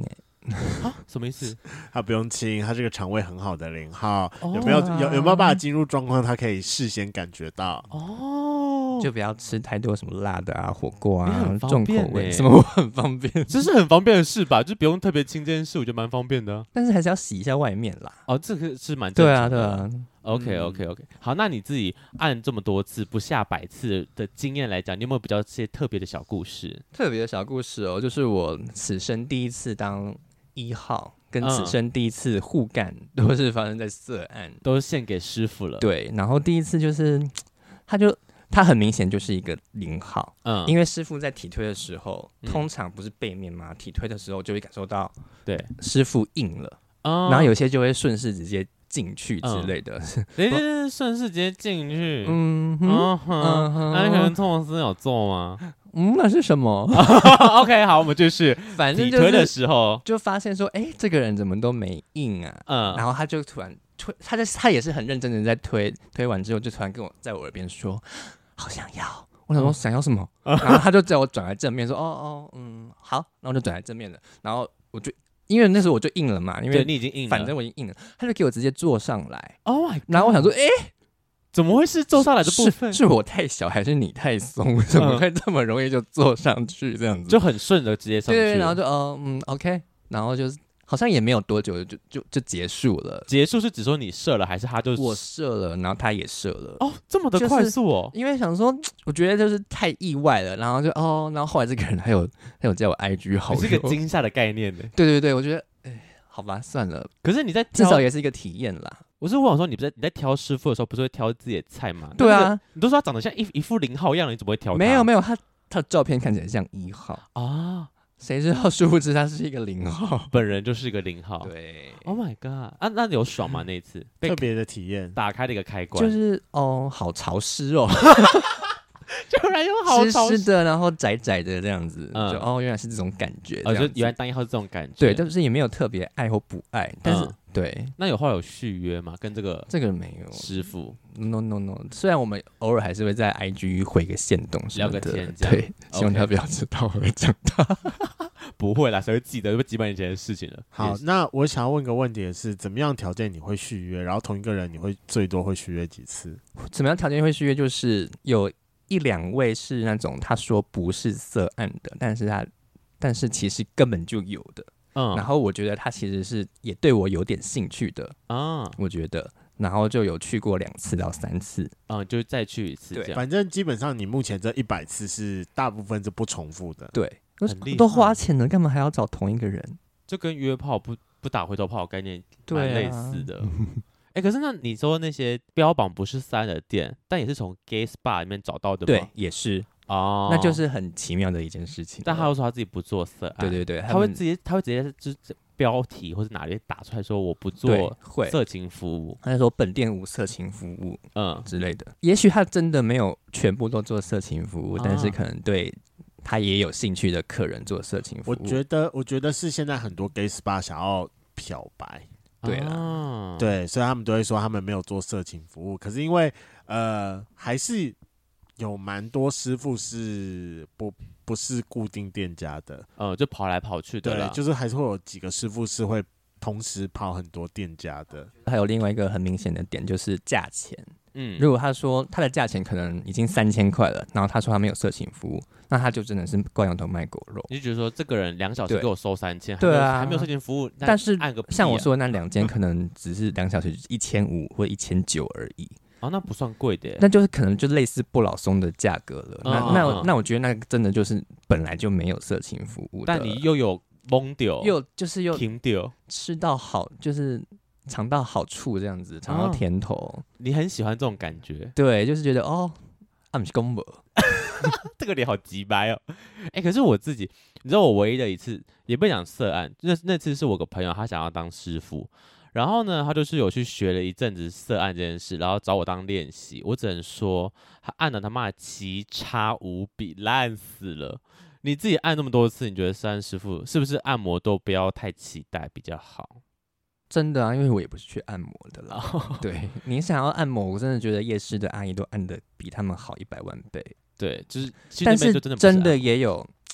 什么意思？ 他不用亲，他是个肠胃很好的0号，有没有办法进入状况？他可以事先感觉到就不要吃太多什么辣的啊、火锅啊、 重口味什么，我很方便， 这是很方便的事吧？就不用特别清这件事，我觉得蛮方便的。 但是还是要洗一下外面啦。 这个是蛮正常的。 对啊。 OK， 好，那你自己按这么多次不下100次的经验来讲，你有没有比较些特别的小故事？ 特别的小故事哦，就是我此生第一次当1号，跟此生第一次互干，都是发生在色案， 都是献给师傅了。 对，然后第一次就是他很明显就是一个0号，因为师傅在体推的时候，通常不是背面嘛，体推的时候就会感受到，对，师傅硬了，然后有些就会顺势直接进去之类的， 顺势直接进去，那可能托马斯有做吗？ 那是什么 ？OK， 好，我们就是反正体推的时候就发现说，这个人怎么都没硬啊，然后他就突然推，他也是很认真的在推完之后，就突然在我耳边说，好想要。我想说想要什么，然后他就叫我转来正面说，好，然后就转来正面了，然后我就。因为那时候我就硬了嘛，因为你已经硬了， 反正我已经硬了，他就给我直接坐上来。 Oh my god！ 然后我想说， 怎么会是坐上来的部分？ 是我太小还是你太松？怎么会这么容易就坐上去？这样子就很顺的直接上去。 对，然后就OK，然后就是好像也没有多久就结束了。 结束是指说你射了，还是他就我射了，然后他也射了？ 这么的快速哦！ 因为想说，我觉得就是太意外了，然后就然后后来这个人还有叫我 IG 好友， 是个惊吓的概念呢。 对，我觉得好吧，算了。 可是你在至少也是一个体验啦。 我想说，你在挑师傅的时候，不是会挑自己的菜吗？ 对啊， 你都说他长得像一副0号样了，你怎么会挑他？ 没有，他的照片看起来像1号啊。谁知道殊不知他是一个0号， 本人就是一个0号。 对 ，Oh my god！那你有爽吗？那一次特别的体验， 打开了一个开关， 就是好潮湿哦， 突然又好潮湿的，然后窄窄的这样子，就原来是这种感觉， 就原来当1号是这种感觉， 对，但是也没有特别爱或不爱，但是对， 那后来有续约吗？跟这个没有师傅 ，no， 虽然我们偶尔还是会在 IG 回个限动聊个天， 对，希望他不要知道我会讲他。 不会啦，谁会记得几百年前的事情了？ 好，那我想要问个问题的是，怎么样条件你会续约？然后同一个人你会最多会续约几次？ 怎么样条件会续约？就是有1-2位是那种他说不是色案的，但是其实根本就有的。然后我觉得他其实是也对我有点兴趣的我觉得，然后就有去过2次到3次， 就再去一次，对， 反正基本上你目前这100次是大部分是不重复的， 对，都花钱了，干嘛还要找同一个人？ 就跟约炮不打回头炮概念蛮类似的。可是那你说那些标榜不是色案的店，但也是从 gay spa 里面找到的吗？ 对，也是。那就是很奇妙的一件事情。 但他又说他自己不做色案， 对， 他会直接就是标题或者哪里打出来说我不做色情服务， 他就说本店无色情服务，之类的。也许他真的没有全部都做色情服务，但是可能对他也有兴趣的客人做色情服务。 我觉得是现在很多 gay spa 想要漂白， 对啦， 对，所以他们都会说他们没有做色情服务，可是因为还是有蛮多师傅是不是固定店家的， 就跑来跑去的啦， 对，就是还是会有几个师傅是会同时跑很多店家的。 还有另外一个很明显的点就是价钱，如果他说他的价钱可能已经3000块了，然后他说他没有色情服务，那他就真的是挂羊头卖狗肉。 你就觉得说这个人2小时给我收3000， 对啊， 还没有色情服务， 但是按个像我说的那2间可能只是2小时1500或1900而已。 那不算贵的耶， 那就是可能就类似不老松的价格了。那我觉得那个真的就是本来就没有色情服务的， 但你又有蒙掉， 又停掉， 吃到好，就是尝到好处这样子，尝到甜头。 你很喜欢这种感觉， 对，就是觉得不是公婆， 这个脸好鸡掰哦。可是我自己，你知道我唯一的一次也不讲色案，那次是我个朋友他想要当师傅。然后呢，他就是有去学了一阵子色案这件事，然后找我当练习。我只能说，他按的他妈的奇差无比，烂死了。你自己按那么多次，你觉得色案师傅是不是按摩都不要太期待比较好？ 真的啊，因为我也不是去按摩的啦。对，你想要按摩，我真的觉得夜市的阿姨都按的比他们好100万倍。 对，就是， 但是真的也有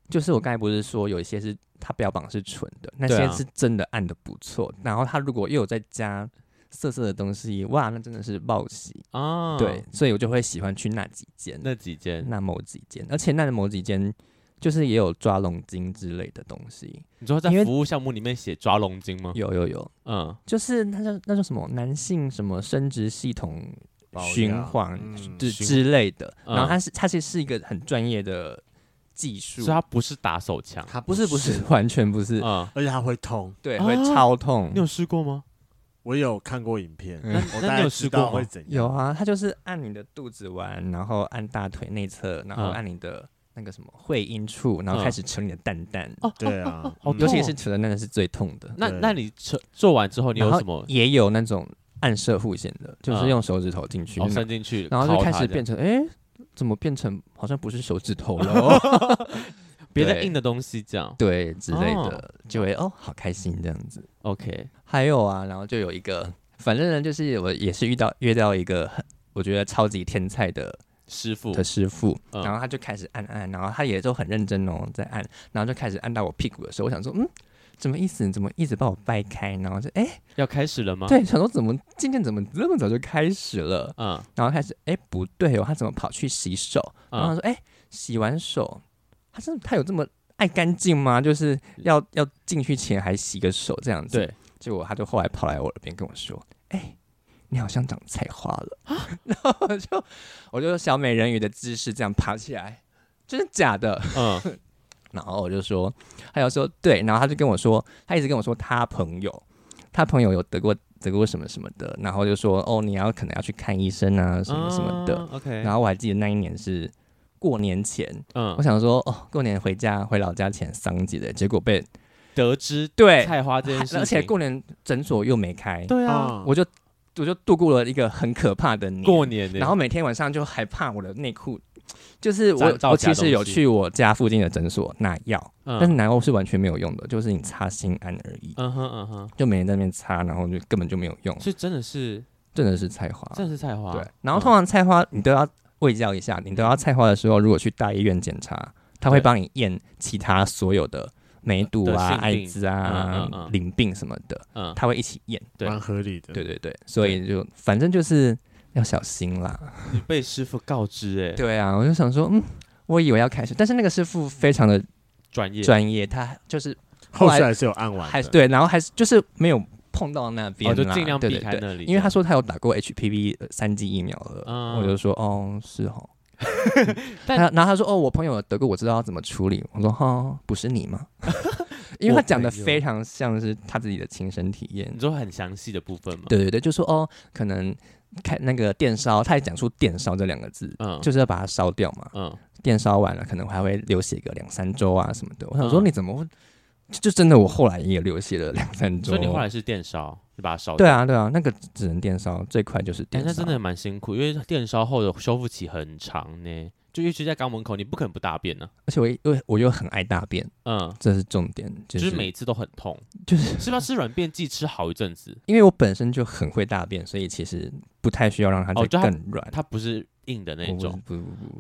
就是我刚才不是说有一些是它标榜是纯的，那些是真的按的不错，然后它如果又有再加色色的东西，哇，那真的是报喜啊！对，所以我就会喜欢去那某几间，而且那某几间就是也有抓龙筋之类的东西。 你说在服务项目里面写抓龙筋吗？ 有，就是那叫什么男性什么生殖系统循环之类的，然后它其实是一个很专业的技术， 所以它不是打手枪， 它不是完全不是， 而且它会痛， 对，会超痛。 你有试过吗？ 我有看过影片， 那你有试过会怎样？ 有啊，它就是按你的肚子玩，然后按大腿内侧，然后按你的那个什么会阴处，然后开始扯你的蛋蛋。 对啊， 尤其是扯的那个是最痛的。 那你做完之后，你有什么？ 也有那种按射护线的，就是用手指头进去， 伸进去， 然后就开始变成怎么变成好像不是手指头了？ 别的硬的东西这样， 对之类的，就会好开心这样子。 OK， 还有啊，然后就有一个，反正呢，就是我也是约到一个我觉得超级天才的师傅，然后他就开始按，然后他也都很认真在按，然后就开始按到我屁股的时候，我想说，什么意思？你怎么一直把我掰开？然后就要开始了吗？ 对，想说今天怎么这么早就开始了？然后开始不对哦，他怎么跑去洗手？然后他说洗完手。他有这么爱干净吗？就是要进去前还洗个手这样子。 对， 结果他就后来跑来我耳边跟我说：“你好像长菜花了。”然后我就小美人鱼的姿势这样爬起来，真的假的？然后我就说，他就说对，然后他就跟我说，他一直跟我说他朋友有得过什么什么的，然后就说你可能要去看医生啊什么什么的。 OK， 然后我还记得那一年是。过年前，我想说过年回老家前丧节的，结果被得知菜花这件事情， 而且过年诊所又没开， 对啊， 我就度过了一一个很可怕的过年， 然后每天晚上就害怕我的内裤，就是我其实有去我家附近的诊所拿药，但是拿药是完全没有用的，就是你擦心安而已，就每天在那边擦，然后就根本就没有用， 所以真的是菜花， 对， 然后通常菜花你都要。卫教一下，你都要菜花的时候，如果去大医院检查，他会帮你验其他所有的梅毒啊、艾滋啊、淋病什么的，他会一起验， 蛮合理的。 对，所以就反正就是要小心啦。 你被师傅告知对啊，我就想说，我以为要开始，但是那个师傅非常的专业，他就是后续还是有按完的， 对，然后还是就是没有。碰到那边就尽量避开那里， 因为他说他有打过 HPV 3剂疫苗了，我就说是哦。然后他说我朋友得过，我知道要怎么处理。我说不是你吗？因为他讲的非常像是他自己的亲身体验， 你说很详细的部分吗？ 对，就说可能开那个电烧，他也讲出电烧这2个字，就是要把它烧掉嘛。电烧完了可能还会流血个2-3周啊什么的。我想说你怎么会？就真的，我后来也流血了2-3周。 所以你后来是电烧，你把它烧掉？ 对啊，那个只能电烧，最快就是电烧。 那真的蛮辛苦，因为电烧后的修复期很长呢。就一直在肛门口，你不可能不大便呢。 而且我又很爱大便，这是重点， 就是每次都很痛， 是不是要吃软便剂吃好一阵子？ 因为我本身就很会大便，所以其实不太需要让它再更软。 它不是硬的那种， 不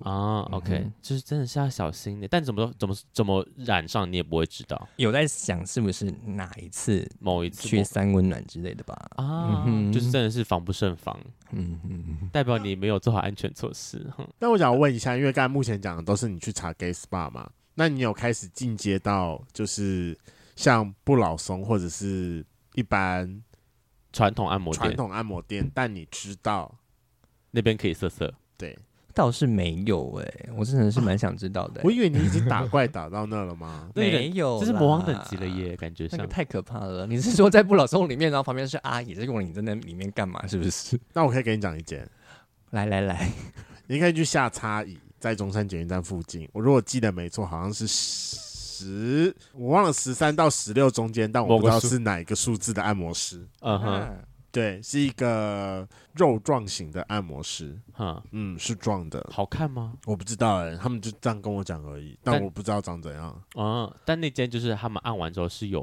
OK，就是真的是要小心的。但怎么染上你也不会知道。 有在想是不是某一次去3温暖之类的吧？ 就是真的是防不胜防。代表你没有做好安全措施。 那我想问一下，因为刚才目前讲的都是你去查 gay spa 嘛，那你有开始进阶到就是像不老松或者是一般传统按摩店，但你知道那边可以色色？ 对， 倒是没有我真的是蛮想知道的。 我以为你已经打怪打到那了吗？ 没有， 这是魔王等级了耶，感觉上那个太可怕了。你是说在不老松里面，然后旁边是阿姨，这个你在那里面干嘛？是不是？ 那我可以跟你讲一件， 来， 你可以去下叉椅，在中山捷运站附近。我如果记得没错，好像是我忘了13到16中间，但我不知道是哪一个数字的按摩师。对，是一个肉状型的按摩师，是壮的。 好看吗？ 我不知道他们就这样跟我讲而已，但我不知道长怎样。 但那间就是他们按完之后是有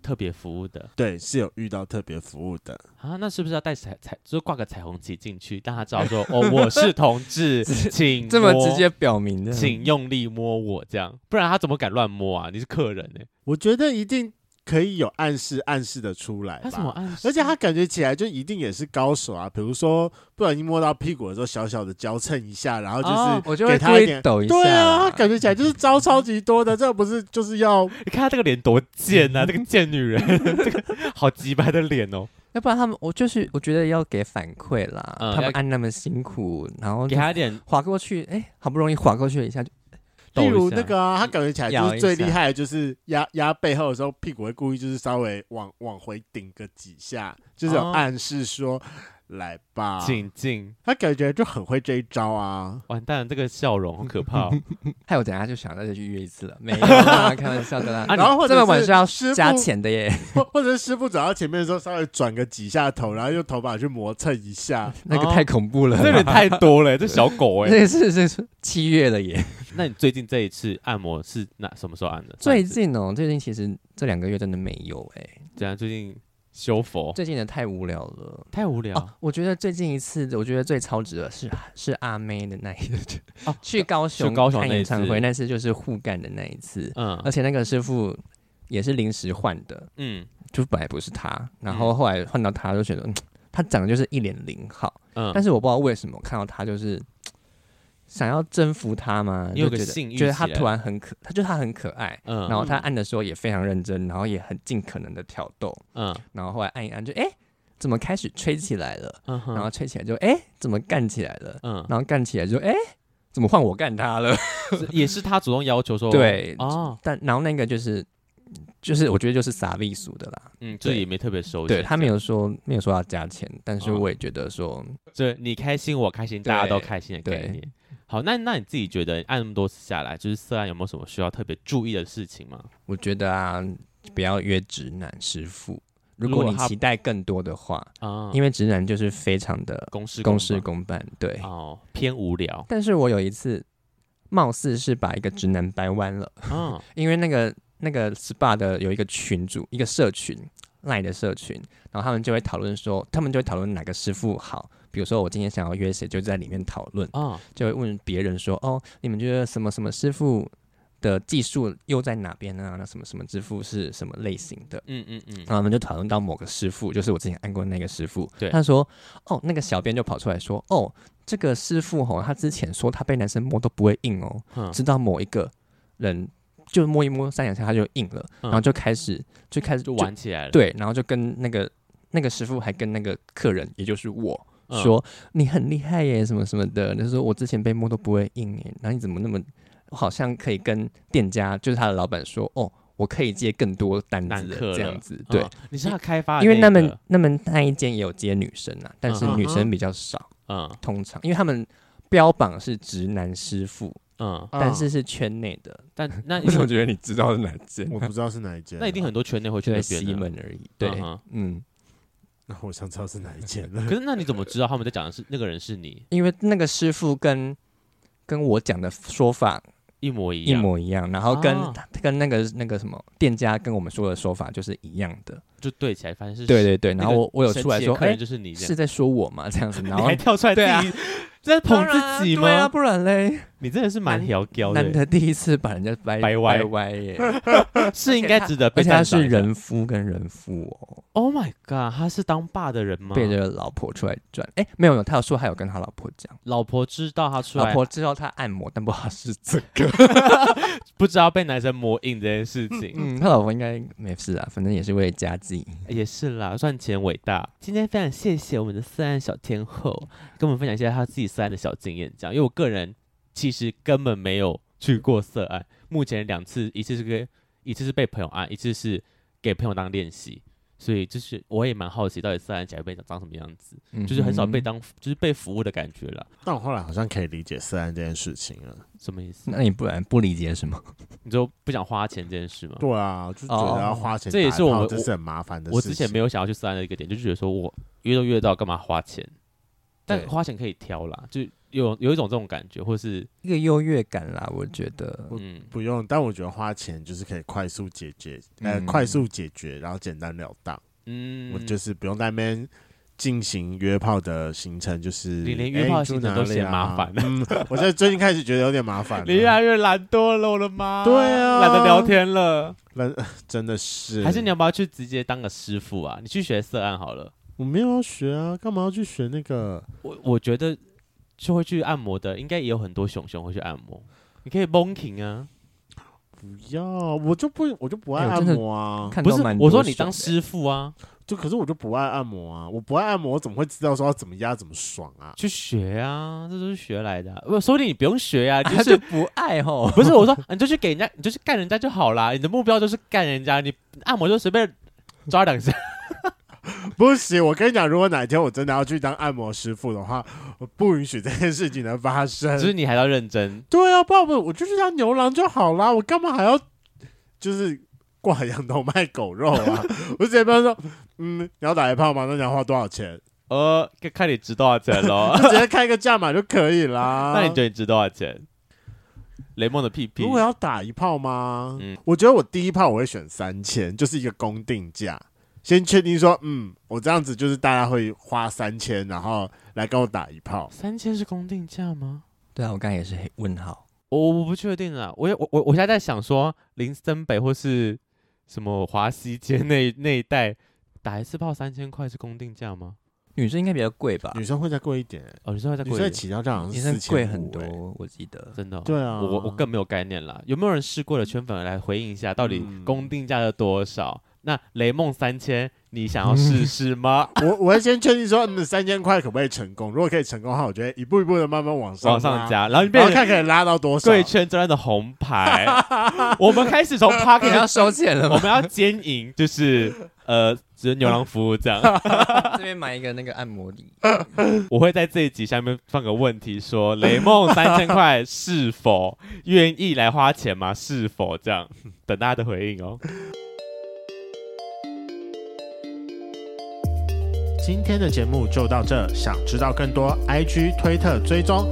特别服务的？ 对，是有遇到特别服务的啊。那是不是要带就是挂个彩虹旗进去，让他知道说哦，我是同志，请这么直接表明的， 请用力摸我这样，不然他怎么敢乱摸啊？你是客人欸。 我觉得一定可以有暗示的出来吧。 他什么暗示？ 而且他感觉起来就一定也是高手啊，比如说不小心摸到屁股的时候，小小的矫正一下，然后就是给他一点抖一下。 对啊，他感觉起来就是招超级多的，这不是就是要你看他这个脸多贱啊，这个贱女人，这个好鸡掰的脸哦。 要不然他们，我觉得要给反馈啦，他们按那么辛苦，然后给他点滑过去，好不容易滑过去一下就。 例如那个他感觉起来就是最厉害的，就是压背后的时候，屁股会故意就是稍微往回顶个几下，就是有暗示说来吧， 请进。 他感觉就很会这一招啊！ 完蛋了，这个笑容好可怕哦。 害我等一下就想再去约一次了，没有啦，开玩笑的啦。 然后或者这么晚是要加钱的耶， 或者是师傅走到前面的时候，稍微转个几下头，然后用头发去磨蹭一下， 那个太恐怖了， 这人太多了，这小狗这是7月了耶。 那你最近这一次按摩是什么时候按的？ 最近其实这2个月真的没有这样最近修佛， 最近的太无聊了， 太无聊。 我觉得最近一次，我觉得最超值的是阿妹的那一次，去高雄看演唱会，那次就是互干的那一次，而且那个师傅也是临时换的，就本来不是他，然后后来换到他，就觉得他长得就是一脸零号，但是我不知道为什么看到他就是想要征服他嘛， 有个性欲， 觉得他突然他很可爱，然后他按的时候也非常认真，然后也很尽可能的挑逗，然后后来按一按就怎么开始吹起来了，然后吹起来就怎么干起来了，然后干起来就怎么换我干他了， 也是他主动要求说对但然后那个就是我觉得就是撒避俗的啦， 这也没特别收钱， 对他没有说要加钱，但是我也觉得说， 这你开心我开心大家都开心的概念。好，那你自己觉得按那么多次下来，就是色按有没有什么需要特别注意的事情吗？ 我觉得不要约直男师傅，如果你期待更多的话，因为直男就是非常的公事公办，对， 偏无聊。 但是我有一次貌似是把一个直男掰弯了，因为那个 SPA 的有一个群组，一个社群LINE 的社群，然后他们就会讨论哪个师傅好。比如说我今天想要约谁，就在里面讨论，就会问别人说，你们觉得什么什么师傅的技术又在哪边啊？那什么什么师傅是什么类型的？然后他们就讨论到某个师傅，就是我之前按过的那个师傅，他说，那个小编就跑出来说，这个师傅他之前说他被男生摸都不会硬直到某一个人就摸一摸3-2下他就硬了，然后就开始就玩起来了， 对，然后就跟那个师傅还跟那个客人，也就是我。说你很厉害耶，什么什么的。他说我之前被摸都不会硬耶，然后你怎么那么好像可以跟店家，就是他的老板说，我可以接更多单子的这样子。对， 你是他开发的， 因为那一间也有接女生啊，但是女生比较少。通常因为他们标榜是直男师傅，但是圈内的。但那我觉得你知道是哪一间？ 我不知道是哪一间。 那一定很多圈内会去那边的，西门而已。对， 那我想知道是哪一间了。 可是那你怎么知道他们在讲的是那个人是你？ 因为那个师傅跟我讲的说法一模一样， 然后跟那个什么店家跟我们说的说法就是一样的， 就对起来发现是对。然后我有出来说， 就是你是在说我吗？这样子，然后你还跳出来自己在捧自己吗？ 对啊，不然嘞， 你真的是蛮妖娇的， 难得第一次把人家掰歪耶， 是应该值得被赞赏。而且他是人夫跟人妇 Oh my god， 他是当爸的人吗？ 背着老婆出来转，没有，他有说他有跟他老婆讲， 老婆知道他出来， 老婆知道他按摩，但不知道是这个， 不知道被男生摸硬这件事情。 他老婆应该没事啊，反正也是为了家计， 也是啦，赚钱伟大。今天非常谢谢我们的色按小天后，跟我们分享一下他自己色按的小经验，这样，因为我个人其实根本没有去过色按，目前2次，一次是被朋友按，一次是给朋友当练习。所以就是我也蛮好奇，到底色按起来被长什么样子，就是很少被就是被服务的感觉啦。 但我后来好像可以理解色按这件事情了。 什么意思？ 那你不然不理解什么？ 你就不想花钱这件事吗？ 对啊，就觉得要花钱， 这也是我这是很麻烦的事情。 我之前没有想要去色按的一个点，就觉得说我约都约到，干嘛花钱？但花钱可以挑啦，就有一种这种感觉，或是一个优越感啦，我觉得。 不用，但我觉得花钱就是可以快速解决，快速解决，然后简单了当。我就是不用在那边进行约炮的行程，就是你连约炮的行程都嫌麻烦。 我现在最近开始觉得有点麻烦了。 你越来越懒惰了，我的妈！ 对啊， 懒得聊天了， 真的是。 还是你要不要去直接当个师傅啊？你去学色案好了。 我没有要学啊，干嘛要去学那个？ 我觉得就会去按摩的，应该也有很多熊熊会去按摩。你可以 bonking 啊。 不要，我就不爱按摩啊。 不是，我说你当师傅啊。 可是我就不爱按摩啊！我不爱按摩，我怎么会知道说要怎么压怎么爽啊？ 去学啊，这都是学来的、啊。说不定你不用学啊， 就是、不爱吼。 不是我说，你就去给人家，你就去干人家就好啦。你的目标就是干人家，你按摩就随便抓2下。 不行，我跟你讲，如果哪一天我真的要去当按摩师傅的话，我不允许这件事情的发生。 只是你还要认真。 对啊，不然我就去当牛郎就好啦，我干嘛还要就是挂羊头卖狗肉啊？我直接跟他说，你要打一炮吗？那你要花多少钱？ 看你值多少钱咯。 就直接开个价码就可以啦。 那你觉得你值多少钱？雷梦的屁屁。 如果要打一炮吗？我觉得我第一炮我会选3000，就是一个公定价。先确定说，我这样子就是大家会花3000，然后来跟我打一炮。 3000是公定价吗？ 对啊，我刚才也是问号。 我不确定啊，我现在在想说，林森北或是什么华西街那一带打一次炮3000块是公定价吗？ 女生应该比较贵吧？ 女生会再贵一点。 女生会再贵一点。 女生起跳价好像是4500， 贵很多，我记得。 真的、 对啊， 我更没有概念啦。有没有人试过的圈粉来回应一下，到底公定价是多少？那雷梦3000，你想要试试吗？ 我会先确定说，3000块可不可以成功？如果可以成功的话，我觉得一步一步的慢慢往上加，然后看可以拉到多少。 贵圈真的红牌，我们开始从 Podcast 要收钱了吗？ 我们要兼营，就是只是牛郎服务这样。 这边买一个那个按摩椅。 我会在这一集下面放个问题说，雷梦3000块是否愿意来花钱吗？是否这样？等大家的回应哦。 今天的节目就到这，想知道更多 IG 推特追踪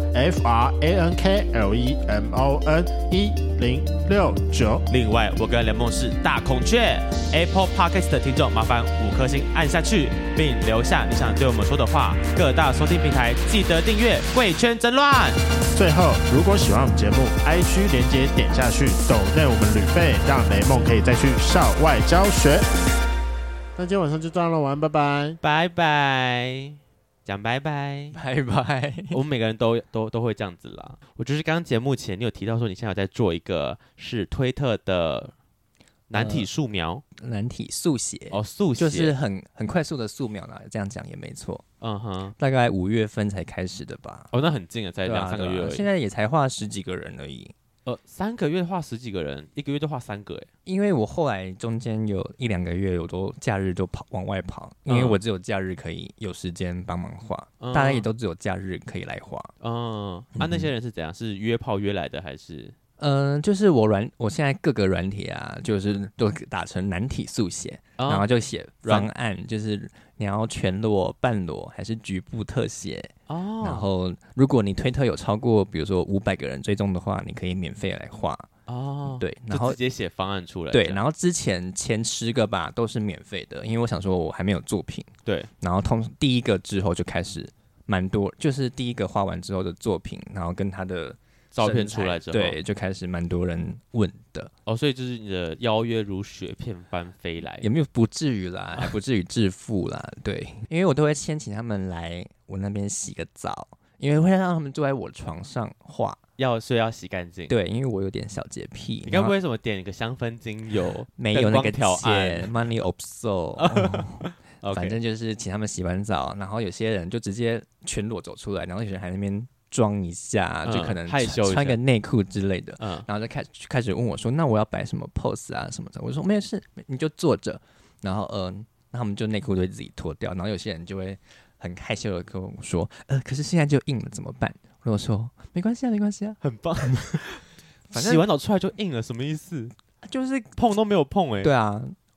FRANKLEMON1069。 另外我跟雷梦是大孔雀 Apple Podcast 的听众，麻烦5颗星按下去，并留下你想对我们说的话。各大收听平台记得订阅贵圈争乱。 最后，如果喜欢我们节目 IG 连结点下去，抖内我们旅费，让雷梦可以再去校外教学。那今天晚上就这样了，晚安，拜拜， 拜拜，讲拜拜， 拜拜。 我们每个人都会这样子啦。我就是刚刚节目前，你有提到说你现在有在做一个是推特的难题素描， 难题速写速写就是很快速的素描啦，这样讲也没错。大概5月份才开始的吧。 那很近了，才2-3个月而已。 现在也才画10几个人而已。 3个月画10几个人，1个月就画3个因为我后来中间有1-2个月，我都假日都往外跑，因为我只有假日可以有时间帮忙画，大家也都只有假日可以来画。 那些人是怎样？是约炮约来的还是？ 就是我现在各个软体啊，就是都打成难题速写，然后就写方案，就是你要全裸、半裸还是局部特写。然后如果你推特有超过比如说500个人追踪的话，你可以免费来画。对，然后就直接写方案出来。 对，然后之前前10个吧都是免费的，因为我想说我还没有作品。 对， 然后第1个之后就开始蛮多，就是第1个画完之后的作品，然后跟他的照片出来之后， 对，就开始蛮多人问的。 所以就是你的邀约如雪片般飞来， 也没有不至于啦，还不至于致富啦。对，因为我都会先请他们来我那边洗个澡，因为会让他们坐在我床上画， 所以要洗干净。 对，因为我有点小洁癖。 你该不会什么点一个香氛精油？ 没有那个钱 ，money obso。反正就是请他们洗完澡，然后有些人就直接全裸走出来，然后有些人还在那边装一下，就可能害羞穿个内裤之类的，然后就开始问我说：“那我要摆什么 pose 啊什么的？”我说：“没事，你就坐着。”然后那他们就内裤都会自己脱掉，然后有些人就会很害羞的跟我说：“可是现在就硬了，怎么办？”我说：“没关系啊，没关系啊， 很棒。”反正洗完澡出来就硬了，什么意思？ 就是碰都没有碰对啊。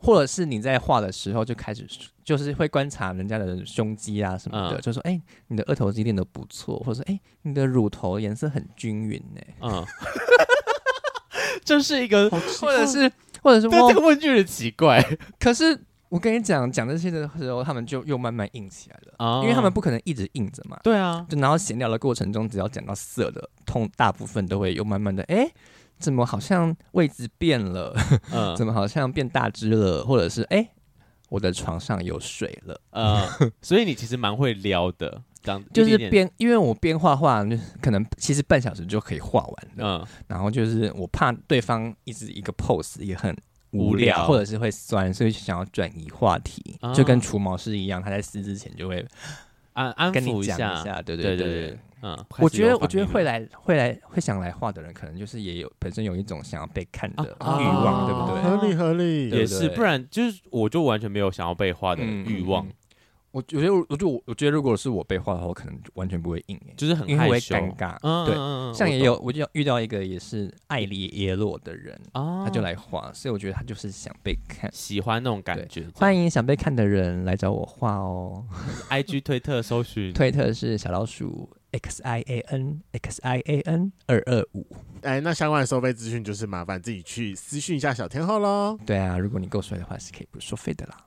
或者是你在画的时候就开始就是会观察人家的胸肌啊什么的，就说你的二头肌练得不错，或者说你的乳头颜色很均匀呢。 这是一个， 或者是对这个问句很奇怪。 可是我跟你讲这些的时候，他们就又慢慢硬起来了，因为他们不可能一直硬着嘛。 对啊， 就然后闲聊的过程中，只要讲到色的，大部分都会又慢慢的怎么好像位置变了？怎么好像变大只了？或者是我的床上有水了？ 所以你其实蛮会撩的， 就是因为我边画画，可能其实半小时就可以画完了。然后就是我怕对方一直一个 pose 也很无聊，或者是会酸，所以想要转移话题，就跟除毛师一样，他在撕之前就会安抚一下，对。我觉得会想来画的人，可能就是本身有一种想要被看的欲望，对不对？ 合理， 也是，不然我就完全没有想要被画的欲望。 我觉得如果是我被画的话，我可能完全不会硬， 就是很因为会羞尴尬。对，像我就遇到一个也是爱里耶洛的人，他就来画，所以我觉得他就是想被看， 喜欢那种感觉。 欢迎想被看的人来找我画哦。 IG 推特搜寻， 推特是小老鼠XIAN 225。 那相关的收费资讯就是麻烦自己去私讯一下小天后咯。 对啊，如果你够帅的话是可以不收费的啦。